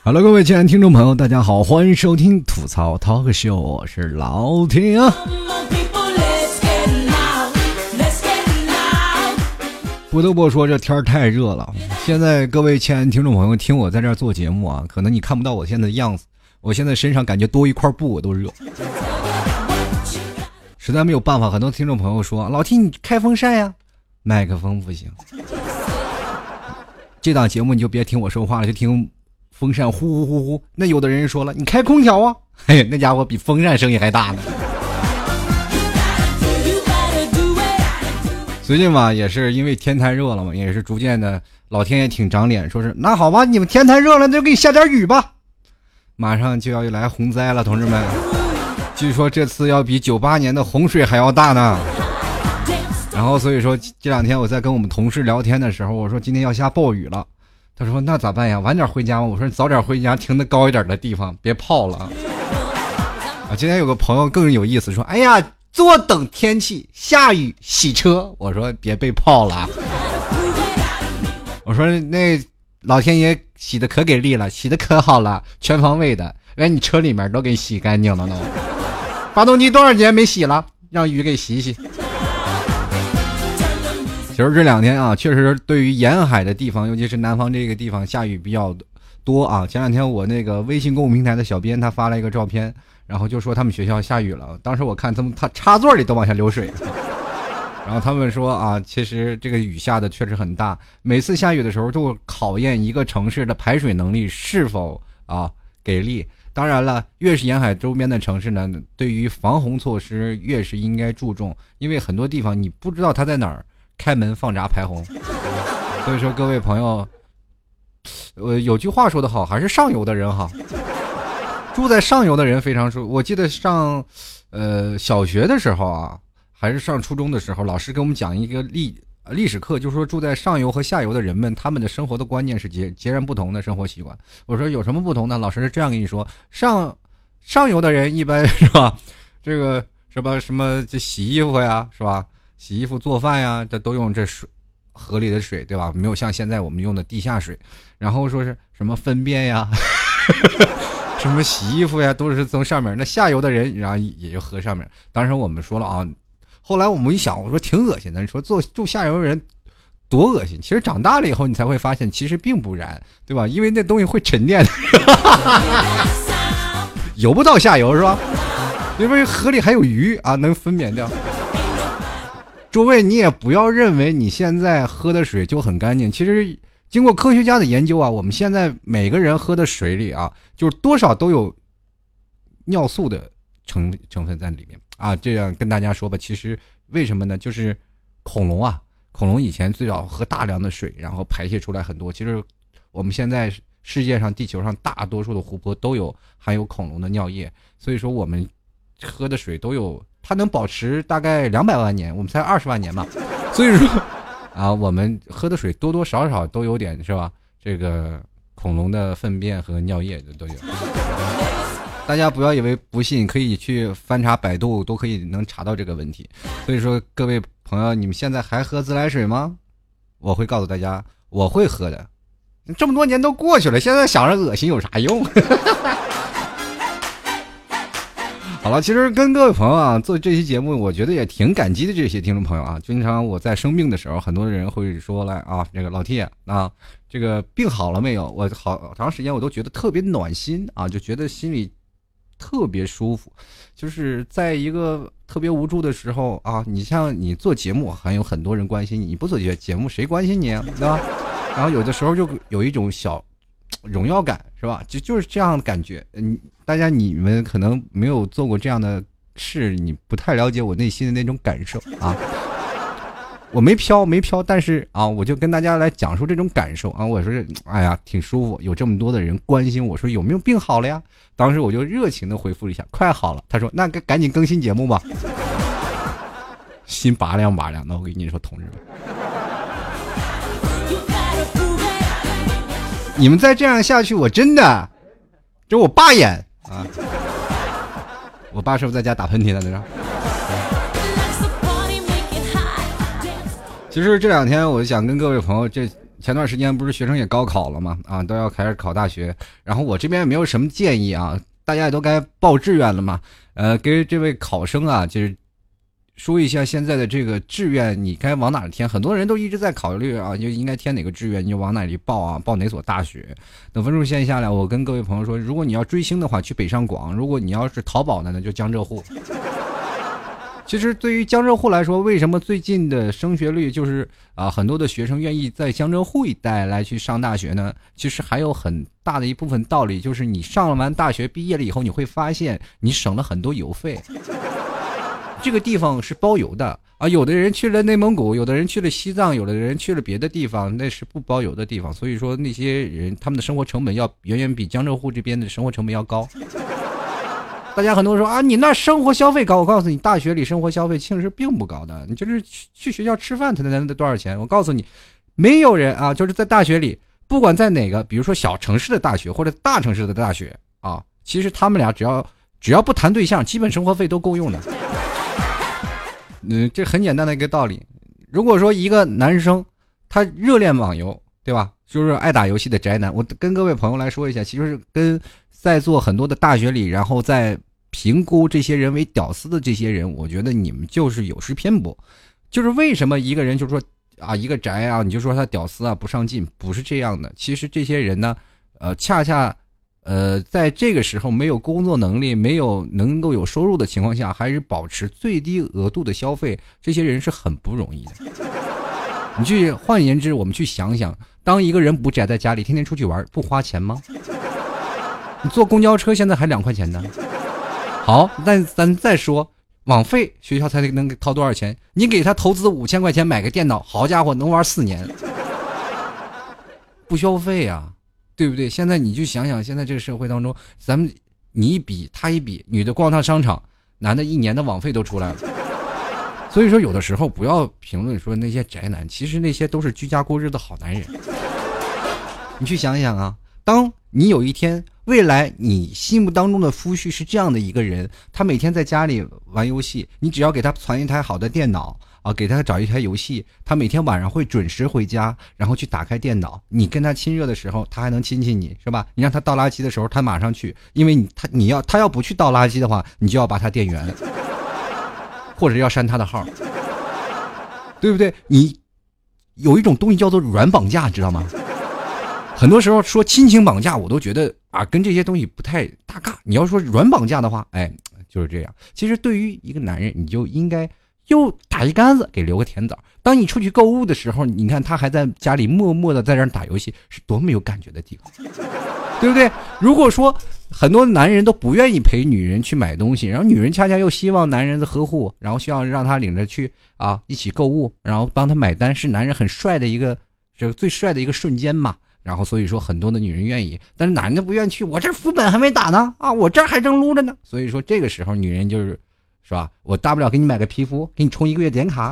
Hello， 各位亲爱的听众朋友，大家好，欢迎收听吐槽 Talk Show， 我是老铁啊。不得不说，这天太热了。现在各位亲爱的听众朋友，听我在这儿做节目啊，可能你看不到我现在的样子，我现在身上感觉多一块布我都热，实在没有办法。很多听众朋友说，老 T 你开风扇呀，麦克风不行。这档节目你就别听我说话了，就听风扇呼呼呼呼。那有的人说了，你开空调啊，嘿，那家伙比风扇声音还大呢。最近嘛，也是因为天太热了嘛，也是逐渐的，老天也挺长脸，说是那好吧，你们天太热了，那就给你下点雨吧。马上就要来洪灾了，同志们，据说这次要比98年的洪水还要大呢。然后所以说这两天我在跟我们同事聊天的时候，我说今天要下暴雨了，他说那咋办呀？晚点回家吗？我说早点回家，停得高一点的地方，别泡了。今天有个朋友更有意思，说哎呀，坐等天气下雨洗车。我说别被泡了。我说那老天爷洗的可给力了，洗的可好了，全方位的，连你车里面都给洗干净了呢。发动机多少年没洗了，让雨给洗洗。其实这两天啊，确实对于沿海的地方，尤其是南方这个地方下雨比较多啊。前两天我那个微信公众平台的小编他发了一个照片，然后就说他们学校下雨了。当时我看他插座里都往下流水，然后他们说啊，其实这个雨下的确实很大，每次下雨的时候都考验一个城市的排水能力是否啊给力。当然了，越是沿海周边的城市呢，对于防洪措施越是应该注重，因为很多地方你不知道它在哪儿开门放闸排洪。所以说各位朋友，有句话说得好，还是上游的人好。住在上游的人非常舒服。我记得上小学的时候啊，还是上初中的时候，老师给我们讲一个历史课，就是说住在上游和下游的人们，他们的生活的观念是截然不同的生活习惯。我说有什么不同呢？老师是这样跟你说，上游的人一般是吧，这个什么这洗衣服呀，是吧？洗衣服做饭呀，这都用这水河里的水，对吧？没有像现在我们用的地下水。然后说是什么粪便呀什么洗衣服呀，都是从上面。那下游的人然后也就喝上面。当时我们说了啊，后来我们一想，我说挺恶心的，你说住下游的人多恶心。其实长大了以后你才会发现其实并不然，对吧？因为那东西会沉淀的游不到下游是吧？因为河里还有鱼啊，能分娩掉。诸位，你也不要认为你现在喝的水就很干净，其实经过科学家的研究啊，我们现在每个人喝的水里啊，就是多少都有尿素的成分在里面啊。这样跟大家说吧，其实为什么呢？就是恐龙以前最早喝大量的水，然后排泄出来很多。其实我们现在世界上地球上大多数的湖泊都有含有恐龙的尿液，所以说我们喝的水都有，它能保持大概200万年，我们才20万年嘛。所以说啊，我们喝的水多多少少都有点是吧？这个恐龙的粪便和尿液的都有。大家不要以为不信，可以去翻查百度，都可以能查到这个问题。所以说各位朋友，你们现在还喝自来水吗？我会告诉大家，我会喝的。这么多年都过去了，现在想着恶心有啥用？好了，其实跟各位朋友啊做这期节目，我觉得也挺感激的。这些听众朋友啊，经常我在生病的时候，很多人会说来啊，这个老 T 啊，这个病好了没有？我好长时间我都觉得特别暖心啊，就觉得心里特别舒服。就是在一个特别无助的时候啊，你像你做节目，还有很多人关心你，你不做节目谁关心你啊？对吧？然后有的时候就有一种小荣耀感，是吧？就是这样的感觉。大家你们可能没有做过这样的事，你不太了解我内心的那种感受啊。我没飘，但是啊，我就跟大家来讲述这种感受啊。我说，哎呀，挺舒服，有这么多的人关心我说有没有病好了呀？当时我就热情的回复了一下，快好了。他说，那赶紧更新节目吧。心拔凉的，我跟你说，同志们。你们再这样下去，我真的，这我爸演啊！我爸是不是在家打喷嚏呢？在这。其实这两天我想跟各位朋友前段时间不是学生也高考了嘛，啊，都要开始考大学。然后我这边也没有什么建议啊，大家也都该报志愿了嘛。给这位考生啊，就是说一下现在的这个志愿你该往哪儿填。很多人都一直在考虑啊，就应该填哪个志愿，你就往哪里报啊，报哪所大学。等分数线下来，我跟各位朋友说，如果你要追星的话，去北上广；如果你要是淘宝呢，那就江浙沪。其实对于江浙沪来说，为什么最近的升学率就是很多的学生愿意在江浙沪一带来去上大学呢？其实还有很大的一部分道理，就是你上了完大学毕业了以后，你会发现你省了很多邮费。这个地方是包邮的啊，有的人去了内蒙古，有的人去了西藏，有的人去了别的地方，那是不包邮的地方。所以说那些人他们的生活成本要远远比江浙沪这边的生活成本要高。大家很多人说啊，你那生活消费高，我告诉你，大学里生活消费其实并不高的，你就是去学校吃饭，它能多少钱？我告诉你，没有人啊，就是在大学里，不管在哪个，比如说小城市的大学或者大城市的大学啊，其实他们俩只要不谈对象，基本生活费都够用的。这很简单的一个道理。如果说一个男生他热恋网游，对吧？就是爱打游戏的宅男，我跟各位朋友来说一下，其实是跟在座很多的大学里，然后在评估这些人为屌丝的这些人，我觉得你们就是有失偏颇。就是为什么一个人就说啊，一个宅啊，你就说他屌丝啊，不上进，不是这样的。其实这些人呢，恰恰在这个时候没有工作能力，没有能够有收入的情况下，还是保持最低额度的消费，这些人是很不容易的。你去换言之，我们去想想，当一个人不宅在家里，天天出去玩，不花钱吗？你坐公交车现在还2块钱呢。好，但咱再说网费，学校才能掏多少钱？你给他投资5000块钱买个电脑，好家伙，能玩4年，不消费啊，对不对？现在你就想想，现在这个社会当中，咱们你一比他一比，女的逛趟商场，男的1年的网费都出来了。所以说，有的时候不要评论说那些宅男，其实那些都是居家过日的好男人。你去想想啊，当你有一天未来你心目当中的夫婿是这样的一个人，他每天在家里玩游戏，你只要给他传一台好的电脑啊，给他找一台游戏，他每天晚上会准时回家，然后去打开电脑，你跟他亲热的时候，他还能亲亲你，是吧？你让他倒垃圾的时候，他马上去，因为他要不去倒垃圾的话，你就要把他电源，或者要删他的号，对不对？你有一种东西叫做软绑架，知道吗？很多时候说亲情绑架，我都觉得啊，跟这些东西不太搭嘎。你要说软绑架的话，哎，就是这样。其实对于一个男人，你就应该又打一竿子，给留个甜枣。当你出去购物的时候，你看他还在家里默默的在这打游戏，是多么有感觉的地方，对不对？如果说很多男人都不愿意陪女人去买东西，然后女人恰恰又希望男人的呵护，然后希望让他领着去啊一起购物，然后帮他买单，是男人很帅的一个最帅的一个瞬间嘛。然后所以说很多的女人愿意，但是男的不愿意去，我这副本还没打呢啊，我这还正撸着呢。所以说这个时候女人就是吧，我大不了给你买个皮肤，给你充1个月点卡。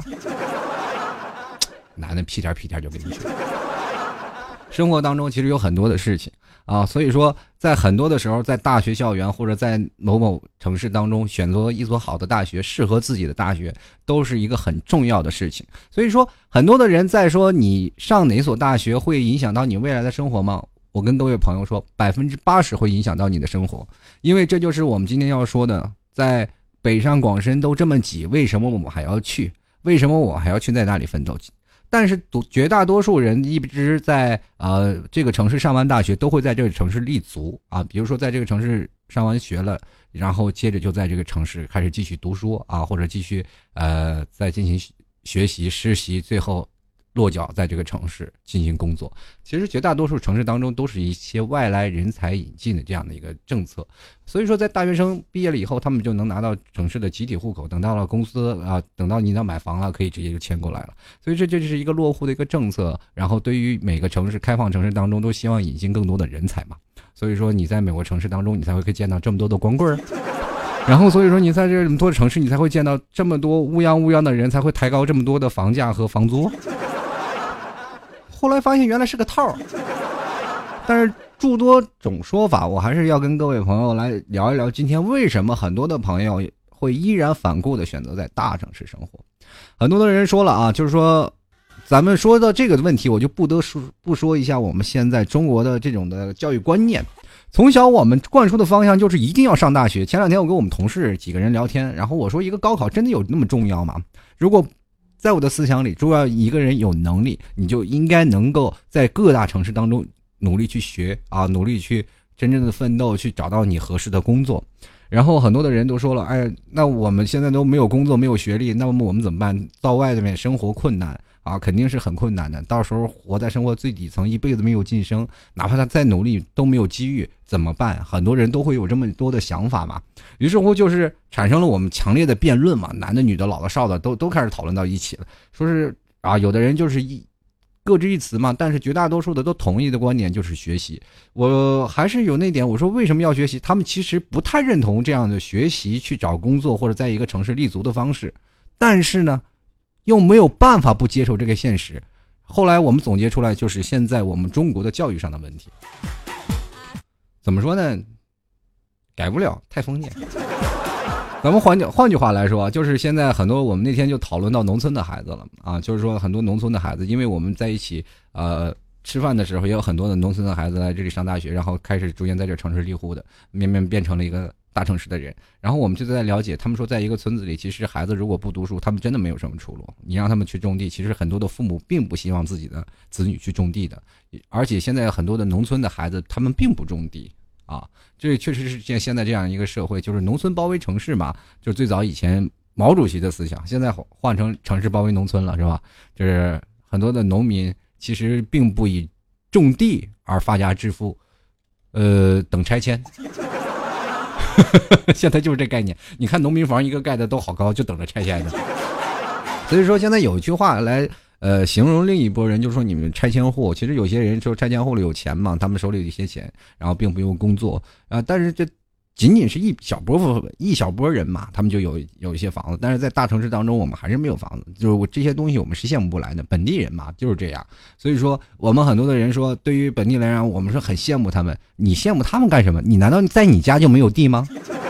男的屁颠就给你去。生活当中其实有很多的事情啊，所以说在很多的时候，在大学校园或者在某城市当中选择一所好的大学，适合自己的大学，都是一个很重要的事情。所以说很多的人在说你上哪所大学会影响到你未来的生活吗？我跟各位朋友说，80%会影响到你的生活，因为这就是我们今天要说的，在北上广深都这么挤，为什么我们还要去？为什么我还要去在那里奋斗？但是绝大多数人一直在这个城市上完大学，都会在这个城市立足啊。比如说在这个城市上完学了，然后接着就在这个城市开始继续读书啊，或者继续再进行学习实习，最后落脚在这个城市进行工作。其实绝大多数城市当中都是一些外来人才引进的这样的一个政策，所以说在大学生毕业了以后，他们就能拿到城市的集体户口，等到了公司啊，等到你要买房了，可以直接就迁过来了。所以这就是一个落户的一个政策，然后对于每个城市开放城市当中都希望引进更多的人才嘛。所以说你在美国城市当中，你才会可以见到这么多的光棍儿。然后所以说你在这么多的城市，你才会见到这么多乌泱的人，才会抬高这么多的房价和房租。后来发现原来是个套，但是诸多种说法，我还是要跟各位朋友来聊一聊，今天为什么很多的朋友会依然反顾的选择在大城市生活。很多的人说了啊，就是说咱们说到这个问题，我就不说一下我们现在中国的这种的教育观念。从小我们灌输的方向就是一定要上大学。前两天我跟我们同事几个人聊天，然后我说一个高考真的有那么重要吗？如果在我的思想里，如果一个人有能力，你就应该能够在各大城市当中努力去学啊，努力去真正的奋斗，去找到你合适的工作。然后很多的人都说了，哎，那我们现在都没有工作，没有学历，那么我们怎么办？到外面生活困难啊，肯定是很困难的。到时候活在生活最底层，一辈子没有晋升，哪怕他再努力都没有机遇，怎么办？很多人都会有这么多的想法嘛。于是乎就是产生了我们强烈的辩论嘛，男的、女的、老的、少的都开始讨论到一起了，说是啊，有的人就是各执一词嘛，但是绝大多数的都同意的观点就是学习。我还是有那点，我说为什么要学习？他们其实不太认同这样的学习去找工作或者在一个城市立足的方式，但是呢，又没有办法不接受这个现实。后来我们总结出来，就是现在我们中国的教育上的问题。怎么说呢？改不了，太封建。咱们换句话来说，就是现在很多我们那天就讨论到农村的孩子了啊，就是说很多农村的孩子，因为我们在一起吃饭的时候，也有很多的农村的孩子来这里上大学，然后开始逐渐在这城市立户的，慢慢变成了一个大城市的人。然后我们就在了解，他们说在一个村子里，其实孩子如果不读书，他们真的没有什么出路。你让他们去种地，其实很多的父母并不希望自己的子女去种地的，而且现在很多的农村的孩子，他们并不种地。啊，这确实是现在这样一个社会，就是农村包围城市嘛，就是最早以前毛主席的思想，现在换成城市包围农村了，是吧？就是很多的农民其实并不以种地而发家致富，等拆迁。现在就是这概念，你看农民房一个盖的都好高，就等着拆迁的。所以说现在有一句话来形容另一波人，就是说你们拆迁户，其实有些人说拆迁户里有钱嘛，他们手里有一些钱，然后并不用工作啊，但是这仅仅是一小波人嘛，他们就有一些房子，但是在大城市当中，我们还是没有房子，就是这些东西我们是羡慕不来的，本地人嘛就是这样。所以说我们很多的人说，对于本地人来讲，我们是很羡慕他们，你羡慕他们干什么？你难道在你家就没有地吗？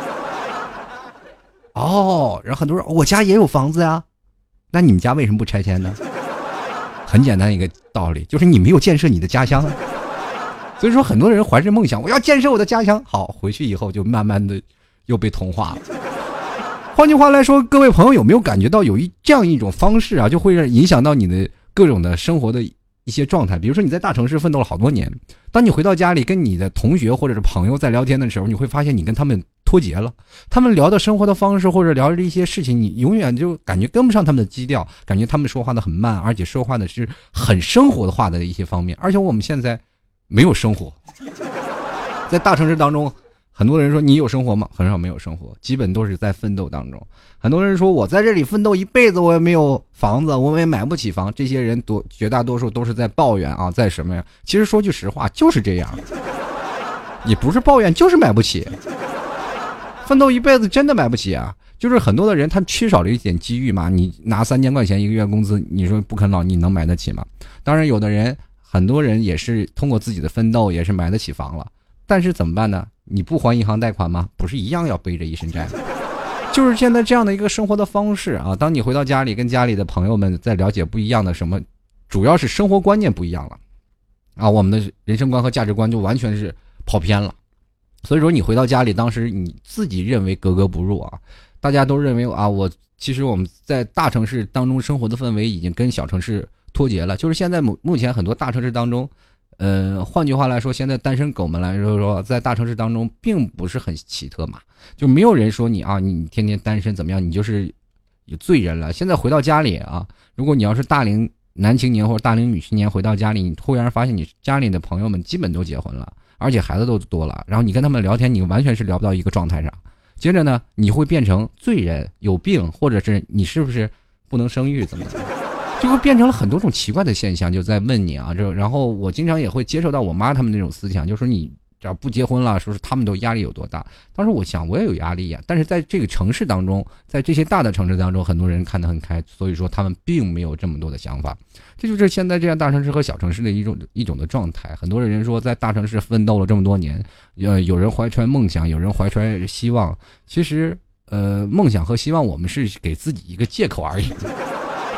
哦，然后很多人我家也有房子呀，那你们家为什么不拆迁呢？很简单一个道理，就是你没有建设你的家乡。所以说很多人怀着梦想，我要建设我的家乡，好，回去以后就慢慢的又被同化了。换句话来说，各位朋友有没有感觉到有这样一种方式啊，就会影响到你的各种的生活的一些状态。比如说你在大城市奋斗了好多年，当你回到家里跟你的同学或者是朋友在聊天的时候，你会发现你跟他们脱节了，他们聊的生活的方式或者聊的一些事情，你永远就感觉跟不上他们的基调，感觉他们说话的很慢，而且说话的是很生活化的一些方面。而且我们现在没有生活，在大城市当中，很多人说你有生活吗？很少没有生活，基本都是在奋斗当中。很多人说我在这里奋斗一辈子，我也没有房子，我也买不起房。这些人绝大多数都是在抱怨啊，在什么呀？其实说句实话，就是这样。你不是抱怨，就是买不起。奋斗一辈子真的买不起啊！就是很多的人他缺少了一点机遇嘛。你拿3000块钱一个月工资，你说不啃老你能买得起吗？当然有的人，很多人也是通过自己的奋斗也是买得起房了，但是怎么办呢？你不还银行贷款吗？不是一样要背着一身债吗？就是现在这样的一个生活的方式啊。当你回到家里跟家里的朋友们在了解不一样的什么，主要是生活观念不一样了啊，我们的人生观和价值观就完全是跑偏了。所以说你回到家里，当时你自己认为格格不入啊，大家都认为啊，其实我们在大城市当中生活的氛围已经跟小城市脱节了。就是现在目前很多大城市当中，换句话来说，现在单身狗们来说，在大城市当中并不是很奇特嘛，就没有人说你啊，你天天单身怎么样，你就是有罪人了。现在回到家里啊，如果你要是大龄男青年或者大龄女青年回到家里，你突然发现你家里的朋友们基本都结婚了，而且孩子都多了，然后你跟他们聊天，你完全是聊不到一个状态上。接着呢，你会变成罪人、有病，或者是你是不是不能生育，怎么就会变成了很多种奇怪的现象，就在问你啊。然后我经常也会接受到我妈他们那种思想，就说你只要不结婚了，说是他们都压力有多大。当时我想我也有压力呀，但是在这个城市当中，在这些大的城市当中，很多人看得很开，所以说他们并没有这么多的想法。这就是现在这样大城市和小城市的一种的状态。很多人说在大城市奋斗了这么多年，有人怀揣梦想，有人怀揣希望。其实梦想和希望我们是给自己一个借口而已。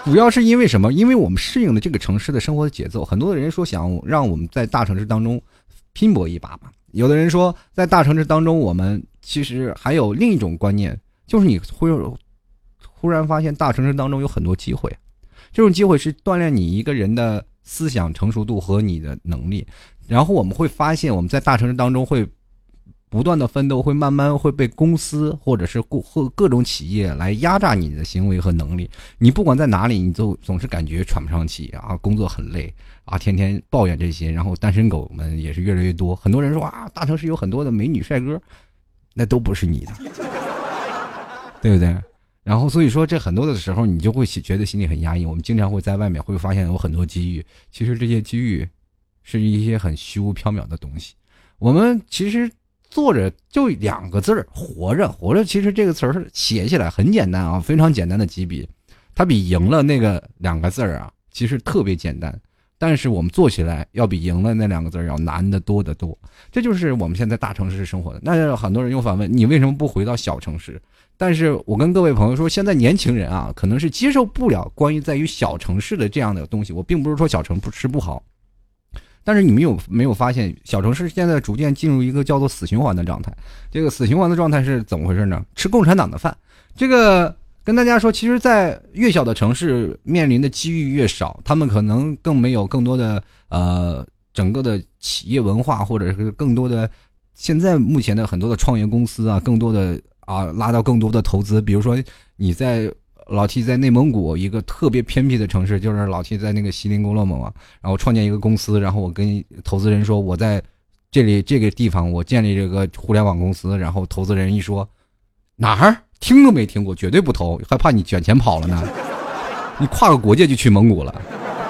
主要是因为什么？因为我们适应了这个城市的生活的节奏。很多的人说想让我们在大城市当中拼搏一把嘛，有的人说在大城市当中我们其实还有另一种观念，就是你会忽然发现大城市当中有很多机会，这种机会是锻炼你一个人的思想成熟度和你的能力。然后我们会发现我们在大城市当中会不断的奋斗，会慢慢会被公司或者是各种企业来压榨你的行为和能力。你不管在哪里，你都总是感觉喘不上气啊，工作很累啊，天天抱怨这些。然后单身狗们也是越来越多，很多人说啊，大城市有很多的美女帅哥，那都不是你的，对不对？然后所以说这很多的时候你就会觉得心里很压抑。我们经常会在外面会发现有很多机遇，其实这些机遇是一些很虚无缥缈的东西。我们其实做着就2个字儿，活着。活着其实这个词儿写起来很简单啊，非常简单的几笔，它比赢了那个2个字儿啊其实特别简单，但是我们做起来要比赢了那2个字儿要难得多得多。这就是我们现在大城市生活的。那很多人又反问，你为什么不回到小城市？但是我跟各位朋友说，现在年轻人啊可能是接受不了关于在于小城市的这样的东西。我并不是说小城市不好，但是你们没有发现小城市现在逐渐进入一个叫做死循环的状态。这个死循环的状态是怎么回事呢？吃共产党的饭。这个跟大家说，其实在越小的城市面临的机遇越少，他们可能更没有更多的整个的企业文化，或者是更多的现在目前的很多的创业公司啊，更多的拉到更多的投资。比如说你在老 T 在内蒙古一个特别偏僻的城市，就是老 T 在那个锡林郭勒盟啊，然后创建一个公司，然后我跟投资人说我在这个地方我建立这个互联网公司，然后投资人一说哪儿听都没听过，绝对不投，还怕你卷钱跑了呢，你跨个国界就去蒙古了，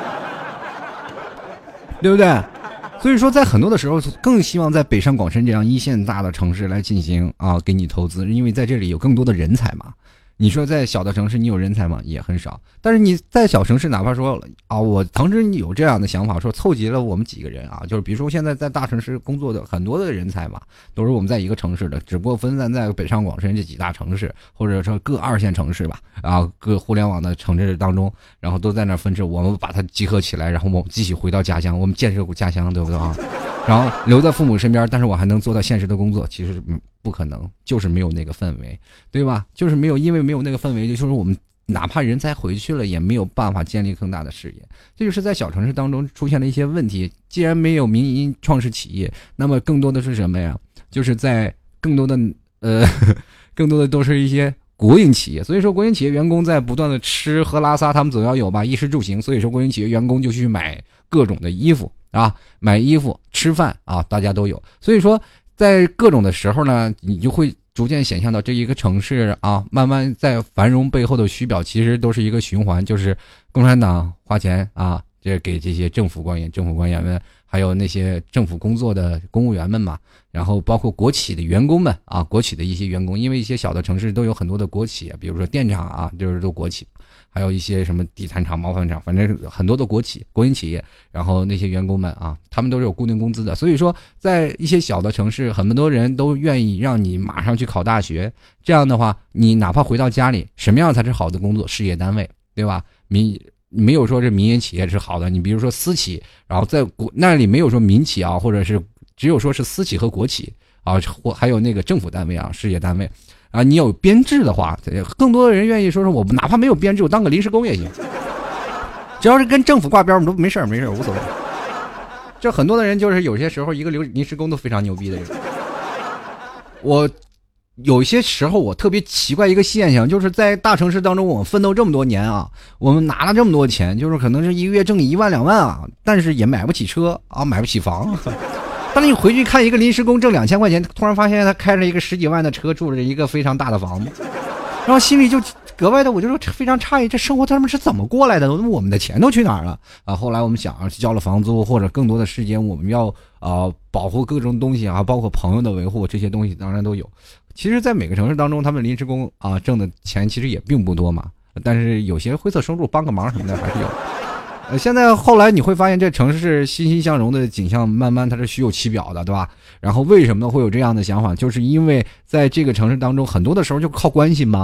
对不对？所以说在很多的时候更希望在北上广深这样一线大的城市来进行给你投资，因为在这里有更多的人才嘛。你说在小的城市你有人才吗？也很少。但是你在小城市哪怕说我当时有这样的想法，说凑集了我们几个人就是比如说现在在大城市工作的很多的人才嘛，都是我们在一个城市的，只不过分散在北上广深这几大城市，或者说各2线城市吧，各互联网的城市当中，然后都在那分支，我们把它集合起来，然后我们继续回到家乡，我们建设家乡，对不对啊？然后留在父母身边，但是我还能做到现实的工作，其实不可能，就是没有那个氛围，对吧？就是没有，因为没有那个氛围，就是我们哪怕人才回去了，也没有办法建立更大的事业。这就是在小城市当中出现了一些问题。既然没有民营创始企业，那么更多的是什么呀？就是在更多的更多的都是一些国营企业。所以说国营企业员工在不断的吃喝拉撒，他们总要有吧，衣食住行。所以说国营企业员工就去买各种的衣服买衣服吃饭大家都有。所以说在各种的时候呢，你就会逐渐想象到这一个城市慢慢在繁荣背后的虚表其实都是一个循环，就是共产党花钱这给这些政府官员们，还有那些政府工作的公务员们嘛，然后包括国企的员工们国企的一些员工，因为一些小的城市都有很多的国企，比如说电厂就是都国企，还有一些什么地产厂、毛纺厂，反正很多的国营企业，然后那些员工们他们都是有固定工资的。所以说在一些小的城市，很多人都愿意让你马上去考大学，这样的话你哪怕回到家里，什么样才是好的工作？事业单位，对吧？没有说这民营企业是好的，你比如说私企，然后在那里没有说民企或者是只有说是私企和国企或还有那个政府单位事业单位你有编制的话，更多的人愿意说我哪怕没有编制，我当个临时工也行，只要是跟政府挂边，我们都没事无所谓。这很多的人就是有些时候一个临时工都非常牛逼的人。我有些时候我特别奇怪一个现象，就是在大城市当中我们奋斗这么多年我们拿了这么多钱，就是可能是一个月挣1万2万但是也买不起车买不起房。但是你回去看一个临时工挣2000块钱，突然发现他开着一个10几万的车，住着一个非常大的房子，然后心里就格外的我就说非常诧异，这生活他们是怎么过来的？我们的钱都去哪儿了后来我们想交了房租，或者更多的时间我们要保护各种东西包括朋友的维护，这些东西当然都有。其实在每个城市当中，他们临时工挣的钱其实也并不多嘛，但是有些灰色收入帮个忙什么的还是有。现在后来你会发现这城市欣欣向荣的景象慢慢它是虚有其表的，对吧？然后为什么呢会有这样的想法？就是因为在这个城市当中很多的时候就靠关系嘛，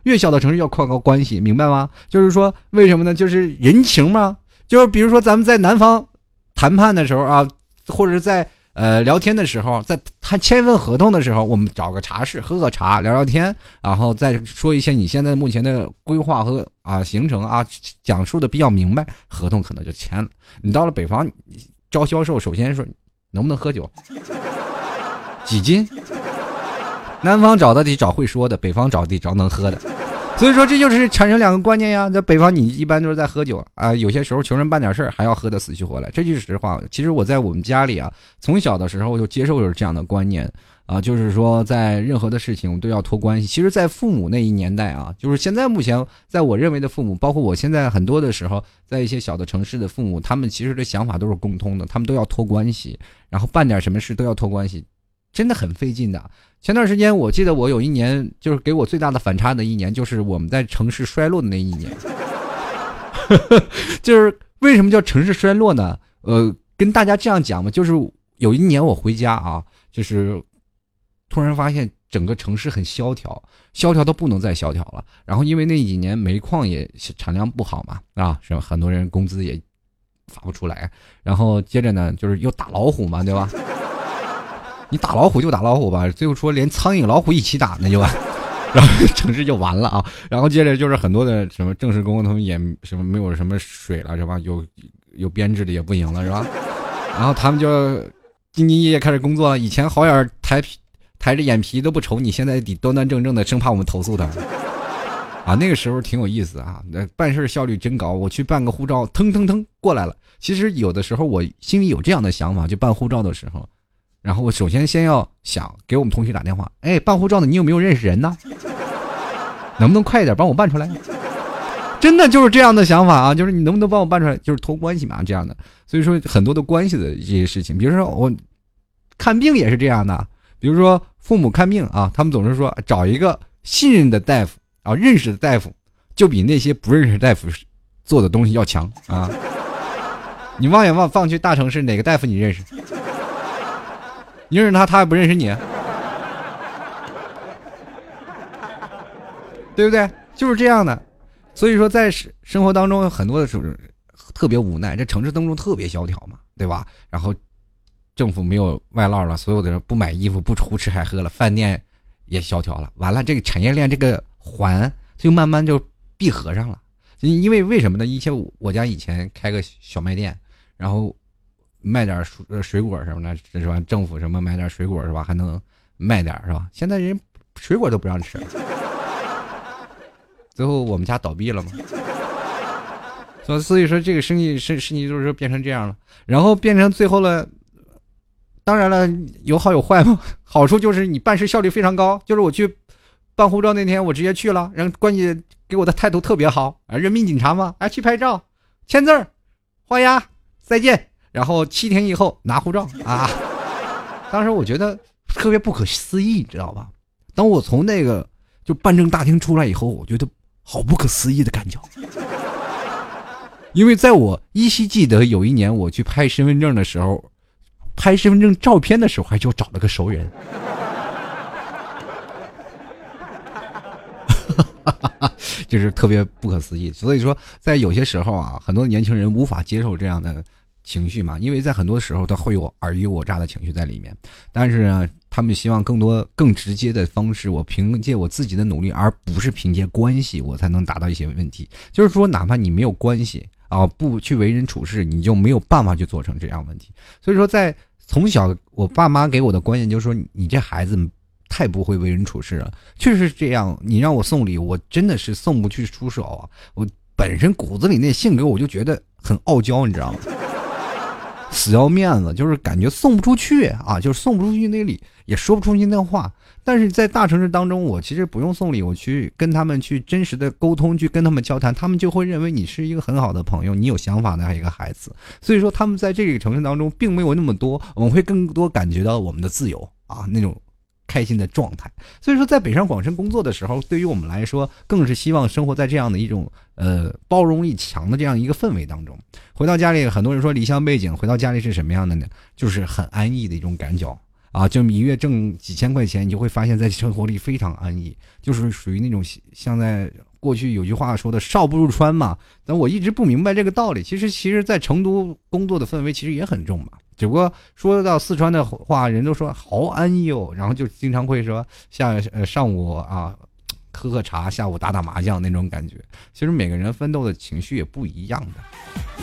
越小的城市要靠关系，明白吗？就是说为什么呢？就是人情嘛。就是比如说咱们在南方谈判的时候啊，或者是在聊天的时候，在他签份合同的时候，我们找个茶室喝喝茶聊聊天，然后再说一些你现在目前的规划和行程啊，讲述的比较明白，合同可能就签了。你到了北方招销售，首先说能不能喝酒，几斤，南方找的得找会说的，北方找得找能喝的。所以说这就是产生两个观念呀，在北方你一般都是在喝酒啊，有些时候求人办点事儿还要喝得死去活来，这就是实话。其实我在我们家里啊，从小的时候就接受了这样的观念啊，就是说在任何的事情都要托关系。其实在父母那一年代啊，就是现在目前在我认为的父母，包括我现在很多的时候在一些小的城市的父母，他们其实的想法都是共通的，他们都要托关系，然后办点什么事都要托关系，真的很费劲的。前段时间我记得我有一年就是给我最大的反差的一年，就是我们在城市衰落的那一年。就是为什么叫城市衰落呢？跟大家这样讲嘛，就是有一年我回家啊，就是突然发现整个城市很萧条，萧条到不能再萧条了。然后因为那几年煤矿也产量不好嘛，是吧？很多人工资也发不出来。然后接着呢，就是又打老虎嘛，对吧？你打老虎就打老虎吧，最后说连苍蝇老虎一起打那就完，然后城市就完了啊。然后接着就是很多的什么正式工他们也什么没有什么水了是吧？有编制的也不行了是吧？然后他们就兢兢业业开始工作了。以前好眼抬着眼皮都不瞅你，现在得端端正正的，生怕我们投诉他啊。那个时候挺有意思啊，办事效率真高。我去办个护照，腾腾腾过来了。其实有的时候我心里有这样的想法，就办护照的时候。然后我首先要想给我们同学打电话，办护照的你有没有认识人呢？能不能快一点帮我办出来？真的就是这样的想法啊，就是你能不能帮我办出来，就是托关系嘛，这样的。所以说很多的关系的这些事情，比如说我看病也是这样的，比如说父母看病啊，他们总是说找一个信任的大夫啊，认识的大夫，就比那些不认识的大夫做的东西要强啊。你望眼放去大城市，哪个大夫你认识？你认识他，他也不认识你，对不对？就是这样的。所以说在生活当中很多的时候特别无奈，这城市当中特别萧条嘛，对吧？然后政府没有外贸了，所有的人不买衣服，不胡吃海喝了，饭店也萧条了，完了这个产业链这个环就慢慢就闭合上了。因为为什么呢？我家以前开个小卖店，然后卖点水果什么的，是吧？政府什么买点水果是吧？还能卖点是吧？现在人水果都不让吃了，最后我们家倒闭了嘛。所以说这个生意就是变成这样了，然后变成最后了。当然了，有好有坏嘛。好处就是你办事效率非常高，就是我去办护照那天我直接去了，然后关系给我的态度特别好啊，人民警察嘛，去拍照、签字、画押、再见。然后7天以后拿护照啊！当时我觉得特别不可思议，知道吧？当我从那个就办证大厅出来以后，我觉得好不可思议的感觉。因为在我依稀记得有一年我去拍身份证的时候，拍身份证照片的时候还就找了个熟人。就是特别不可思议。所以说在有些时候啊，很多年轻人无法接受这样的情绪嘛，因为在很多时候他会有尔虞我诈的情绪在里面，但是呢他们希望更直接的方式，我凭借我自己的努力，而不是凭借关系我才能达到一些问题。就是说哪怕你没有关系啊，不去为人处事，你就没有办法去做成这样问题。所以说在从小我爸妈给我的观念就是说，你这孩子太不会为人处事了，确实是这样。你让我送礼，我真的是送不去出手啊，我本身骨子里那性格我就觉得很傲娇，你知道吗？死要面子，就是感觉送不出去啊，就是送不出去那礼，也说不出去那话。但是在大城市当中，我其实不用送礼，我去跟他们去真实的沟通，去跟他们交谈，他们就会认为你是一个很好的朋友，你有想法的一个孩子。所以说他们在这个城市当中并没有那么多，我们会更多感觉到我们的自由啊，那种开心的状态。所以说在北上广深工作的时候，对于我们来说更是希望生活在这样的一种包容力强的这样一个氛围当中。回到家里，很多人说离乡背景，回到家里是什么样的呢？就是很安逸的一种感觉啊，就一月挣几千块钱，你就会发现在生活里非常安逸，就是属于那种像在过去有句话说的少不入川嘛。但我一直不明白这个道理。其实在成都工作的氛围其实也很重嘛，只不过说到四川的话，人都说好安逸哦，然后就经常会说上午啊喝喝茶，下午打打麻将那种感觉。其实每个人奋斗的情绪也不一样的。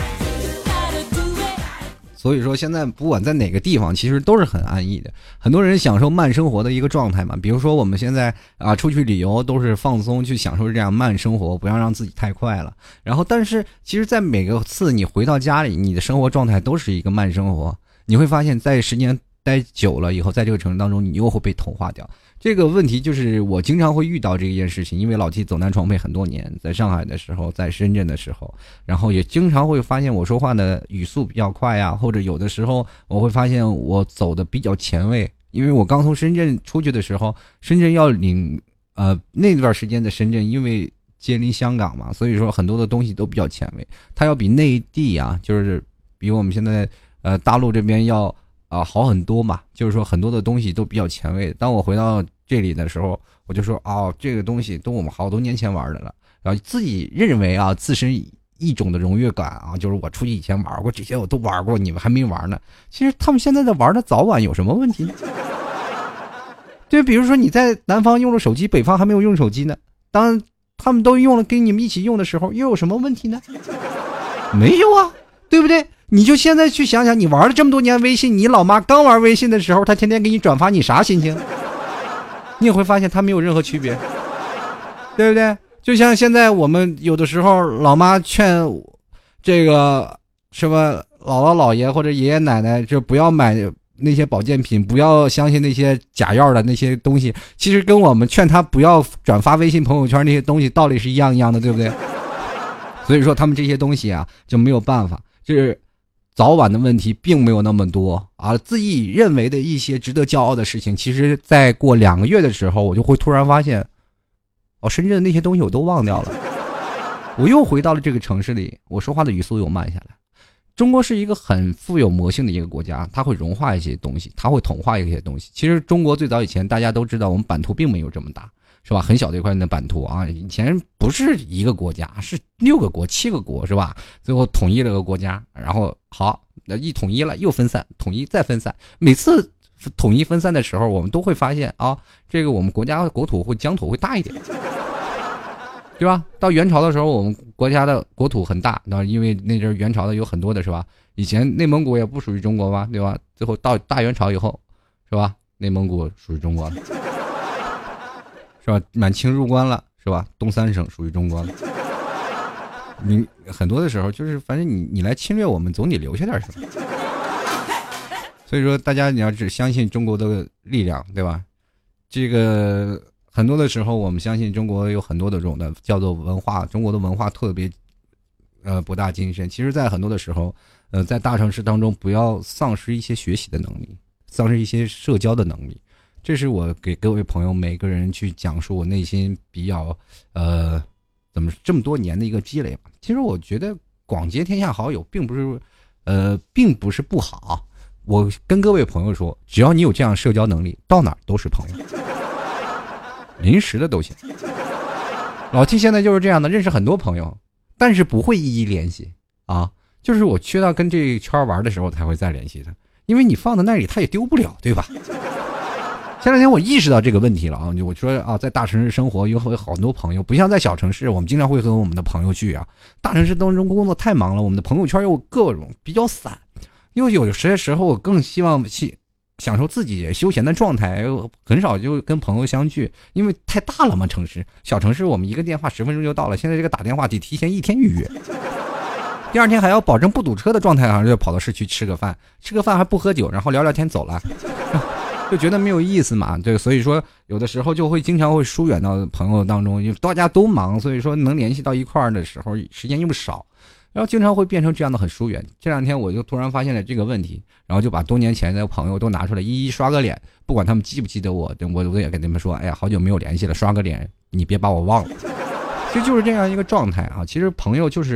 所以说现在不管在哪个地方其实都是很安逸的，很多人享受慢生活的一个状态嘛。比如说我们现在出去旅游都是放松去享受这样慢生活，不要让自己太快了。然后但是其实在每个次你回到家里，你的生活状态都是一个慢生活，你会发现在时间待久了以后，在这个城市当中你又会被同化掉。这个问题就是我经常会遇到这件事情，因为老 T 走南闯北很多年，在上海的时候，在深圳的时候，然后也经常会发现我说话的语速比较快啊，或者有的时候我会发现我走的比较前卫，因为我刚从深圳出去的时候，深圳要那段时间的深圳因为接邻香港嘛，所以说很多的东西都比较前卫，它要比内地啊，就是比我们现在大陆这边要好很多嘛，就是说很多的东西都比较前卫。当我回到这里的时候，我就说这个东西都我们好多年前玩的了，然后自己认为自身一种的荣誉感啊，就是我出去以前玩过这些我都玩过，你们还没玩呢。其实他们现在在玩的早晚有什么问题呢？对，比如说你在南方用了手机，北方还没有用手机呢，当他们都用了跟你们一起用的时候，又有什么问题呢？没有啊，对不对？你就现在去想想，你玩了这么多年微信，你老妈刚玩微信的时候，她天天给你转发，你啥心情？你也会发现她没有任何区别，对不对？就像现在我们有的时候，老妈劝这个什么姥姥姥爷或者爷爷奶奶，就不要买那些保健品，不要相信那些假药的那些东西，其实跟我们劝他不要转发微信朋友圈那些东西道理是一样的，对不对？所以说他们这些东西就没有办法，就是早晚的问题并没有那么多自己认为的一些值得骄傲的事情，其实在过2个月的时候，我就会突然发现深圳的那些东西我都忘掉了，我又回到了这个城市里，我说话的语速又慢下来。中国是一个很富有魔性的一个国家，它会融化一些东西，它会同化一些东西。其实中国最早以前大家都知道，我们版图并没有这么大，是吧？很小的一块的版图以前不是一个国家，是6个国7个国，是吧？最后统一了个国家，然后好，一统一了又分散，统一再分散。每次统一分散的时候，我们都会发现这个我们国家的国土疆土会大一点，对吧？到元朝的时候，我们国家的国土很大，因为那阵元朝的有很多的，是吧？以前内蒙古也不属于中国吧，对吧？最后到大元朝以后，是吧？内蒙古属于中国了，是吧？满清入关了，是吧？东三省属于中国了。你很多的时候就是，反正你来侵略我们，总得留下点什么。所以说，大家你要只相信中国的力量，对吧？这个。很多的时候我们相信中国有很多的这种的叫做文化，中国的文化特别博大精深。其实在很多的时候在大城市当中不要丧失一些学习的能力，丧失一些社交的能力。这是我给各位朋友每个人去讲述我内心比较怎么这么多年的一个积累吧。其实我觉得广结天下好友并不是不好，我跟各位朋友说，只要你有这样社交能力，到哪儿都是朋友，临时的都行。老 T 现在就是这样的，认识很多朋友，但是不会一一联系就是我去到跟这一圈玩的时候才会再联系他，因为你放在那里他也丢不了，对吧？前两天我意识到这个问题了我说在大城市生活有好多朋友，不像在小城市，我们经常会和我们的朋友聚大城市当中工作太忙了，我们的朋友圈又各种比较散，又有些时候我更希望享受自己休闲的状态，很少就跟朋友相聚，因为太大了嘛。城市小城市我们一个电话10分钟就到了，现在这个打电话得提前1天预约，第2天还要保证不堵车的状态就跑到市区吃个饭还不喝酒，然后聊聊天走了就觉得没有意思嘛。对，所以说有的时候就会经常会疏远到朋友当中，因为大家都忙，所以说能联系到一块儿的时候时间又少，然后经常会变成这样的很疏远。这2天我就突然发现了这个问题，然后就把多年前的朋友都拿出来一一刷个脸，不管他们记不记得我也跟他们说，哎呀，好久没有联系了，刷个脸，你别把我忘了。其实就是这样一个状态其实朋友就是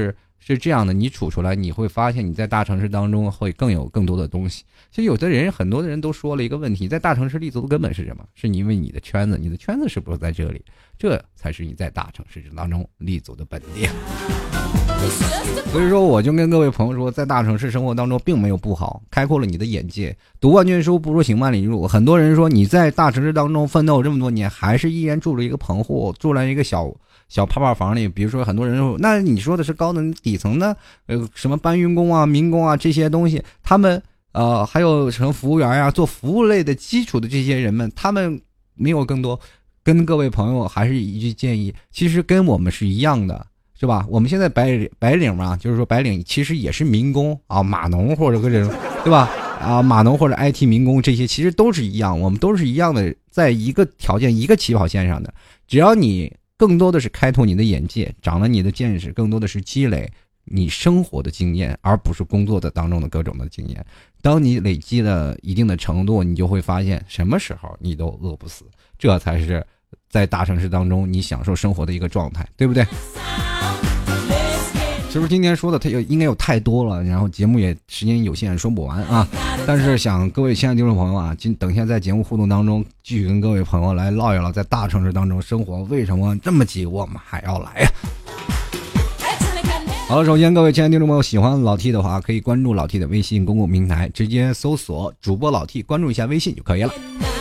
是这样的，你处出来，你会发现你在大城市当中会更多的东西。其实很多的人都说了一个问题，在大城市立足的根本是什么？是因为你的圈子是不是在这里？这才是你在大城市当中立足的本地。所以说我就跟各位朋友说，在大城市生活当中并没有不好，开阔了你的眼界。读万卷书不如行万里路。很多人说你在大城市当中奋斗这么多年，还是依然住了一个棚户，住了一个小泡房里。比如说很多人说，那你说的是高等底层呢？什么搬运工啊、民工啊这些东西，他们还有什么服务员啊，做服务类的基础的这些人们，他们没有更多。跟各位朋友还是一句建议，其实跟我们是一样的，是吧？我们现在白领嘛，就是说白领其实也是民工啊，码农或者这种，对吧？码农或者 IT 民工这些其实都是一样，我们都是一样的，在一个条件一个起跑线上的。只要你更多的是开拓你的眼界，长了你的见识，更多的是积累你生活的经验，而不是工作的当中的各种的经验。当你累积了一定的程度，你就会发现什么时候你都饿不死，这才是在大城市当中你享受生活的一个状态，对不对？其实今天说的它应该有太多了，然后节目也时间有限，说不完啊。但是想各位亲爱的听众朋友啊，等一下在节目互动当中继续跟各位朋友来唠一唠，在大城市当中生活为什么这么急，我们还要来呀。好了，首先各位亲爱的听众朋友，喜欢老 T 的话，可以关注老 T 的微信公共平台，直接搜索主播老 T， 关注一下微信就可以了。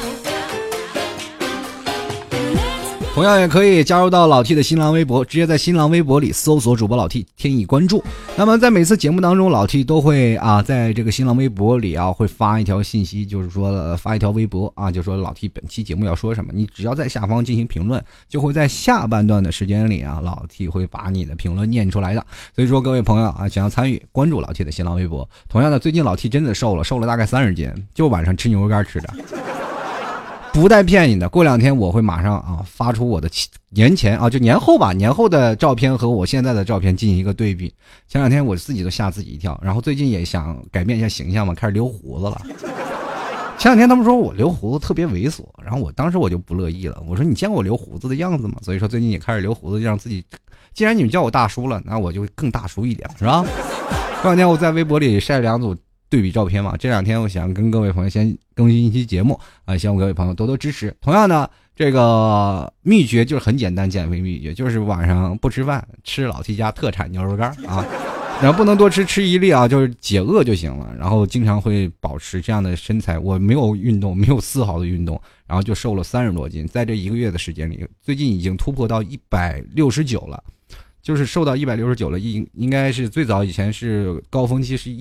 同样也可以加入到老 T 的新浪微博，直接在新浪微博里搜索主播老 T， 添以关注。那么在每次节目当中，老 T 都会在这个新浪微博里会发一条信息，就是说发一条微博就说老 T 本期节目要说什么，你只要在下方进行评论，就会在下半段的时间里老 T 会把你的评论念出来的。所以说各位朋友想要参与，关注老 T 的新浪微博。同样的，最近老 T 真的瘦了大概30斤，就晚上吃牛肉干吃的。不带骗你的，过2天我会马上发出我的年前就年后吧，年后的照片和我现在的照片进行一个对比。前2天我自己都吓自己一跳，然后最近也想改变一下形象嘛，开始留胡子了。前2天他们说我留胡子特别猥琐，然后当时我就不乐意了，我说你见过我留胡子的样子吗？所以说最近也开始留胡子，让自己，既然你们叫我大叔了，那我就更大叔一点，是吧？这2天我在微博里晒2组对比照片嘛，这2天我想跟各位朋友先更新一期节目希望各位朋友多多支持。同样呢，这个秘诀就是很简单，减肥秘诀就是晚上不吃饭，吃老 T 家特产牛肉干然后不能多吃一粒就是解饿就行了。然后经常会保持这样的身材，我没有运动，没有丝毫的运动，然后就瘦了30多斤，在这1个月的时间里，最近已经突破到169了。就是瘦到169了，应该是最早以前是高峰期是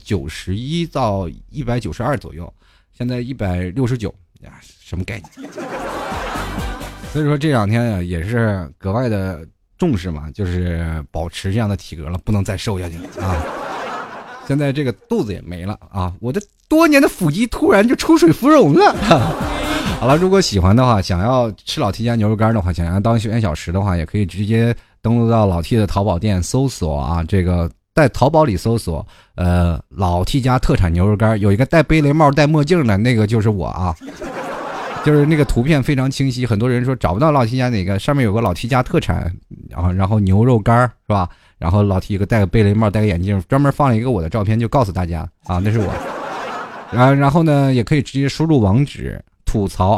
191到192左右，现在169呀，什么概念？所以说这2天也是格外的重视嘛，就是保持这样的体格了，不能再瘦下去了现在这个肚子也没了我的多年的腹肌突然就出水芙蓉了好了，如果喜欢的话，想要吃老 T 家牛肉干的话，想要当学员小时的话，也可以直接登录到老 T 的淘宝店，搜索这个在淘宝里搜索老 T 家特产牛肉干，有一个戴贝雷帽戴墨镜的那个就是我就是那个图片非常清晰，很多人说找不到老 T 家哪个，上面有个老 T 家特产然后牛肉干是吧，然后老 T 一个戴个贝雷帽戴个眼镜，专门放了一个我的照片，就告诉大家那是我然后呢也可以直接输入网址吐槽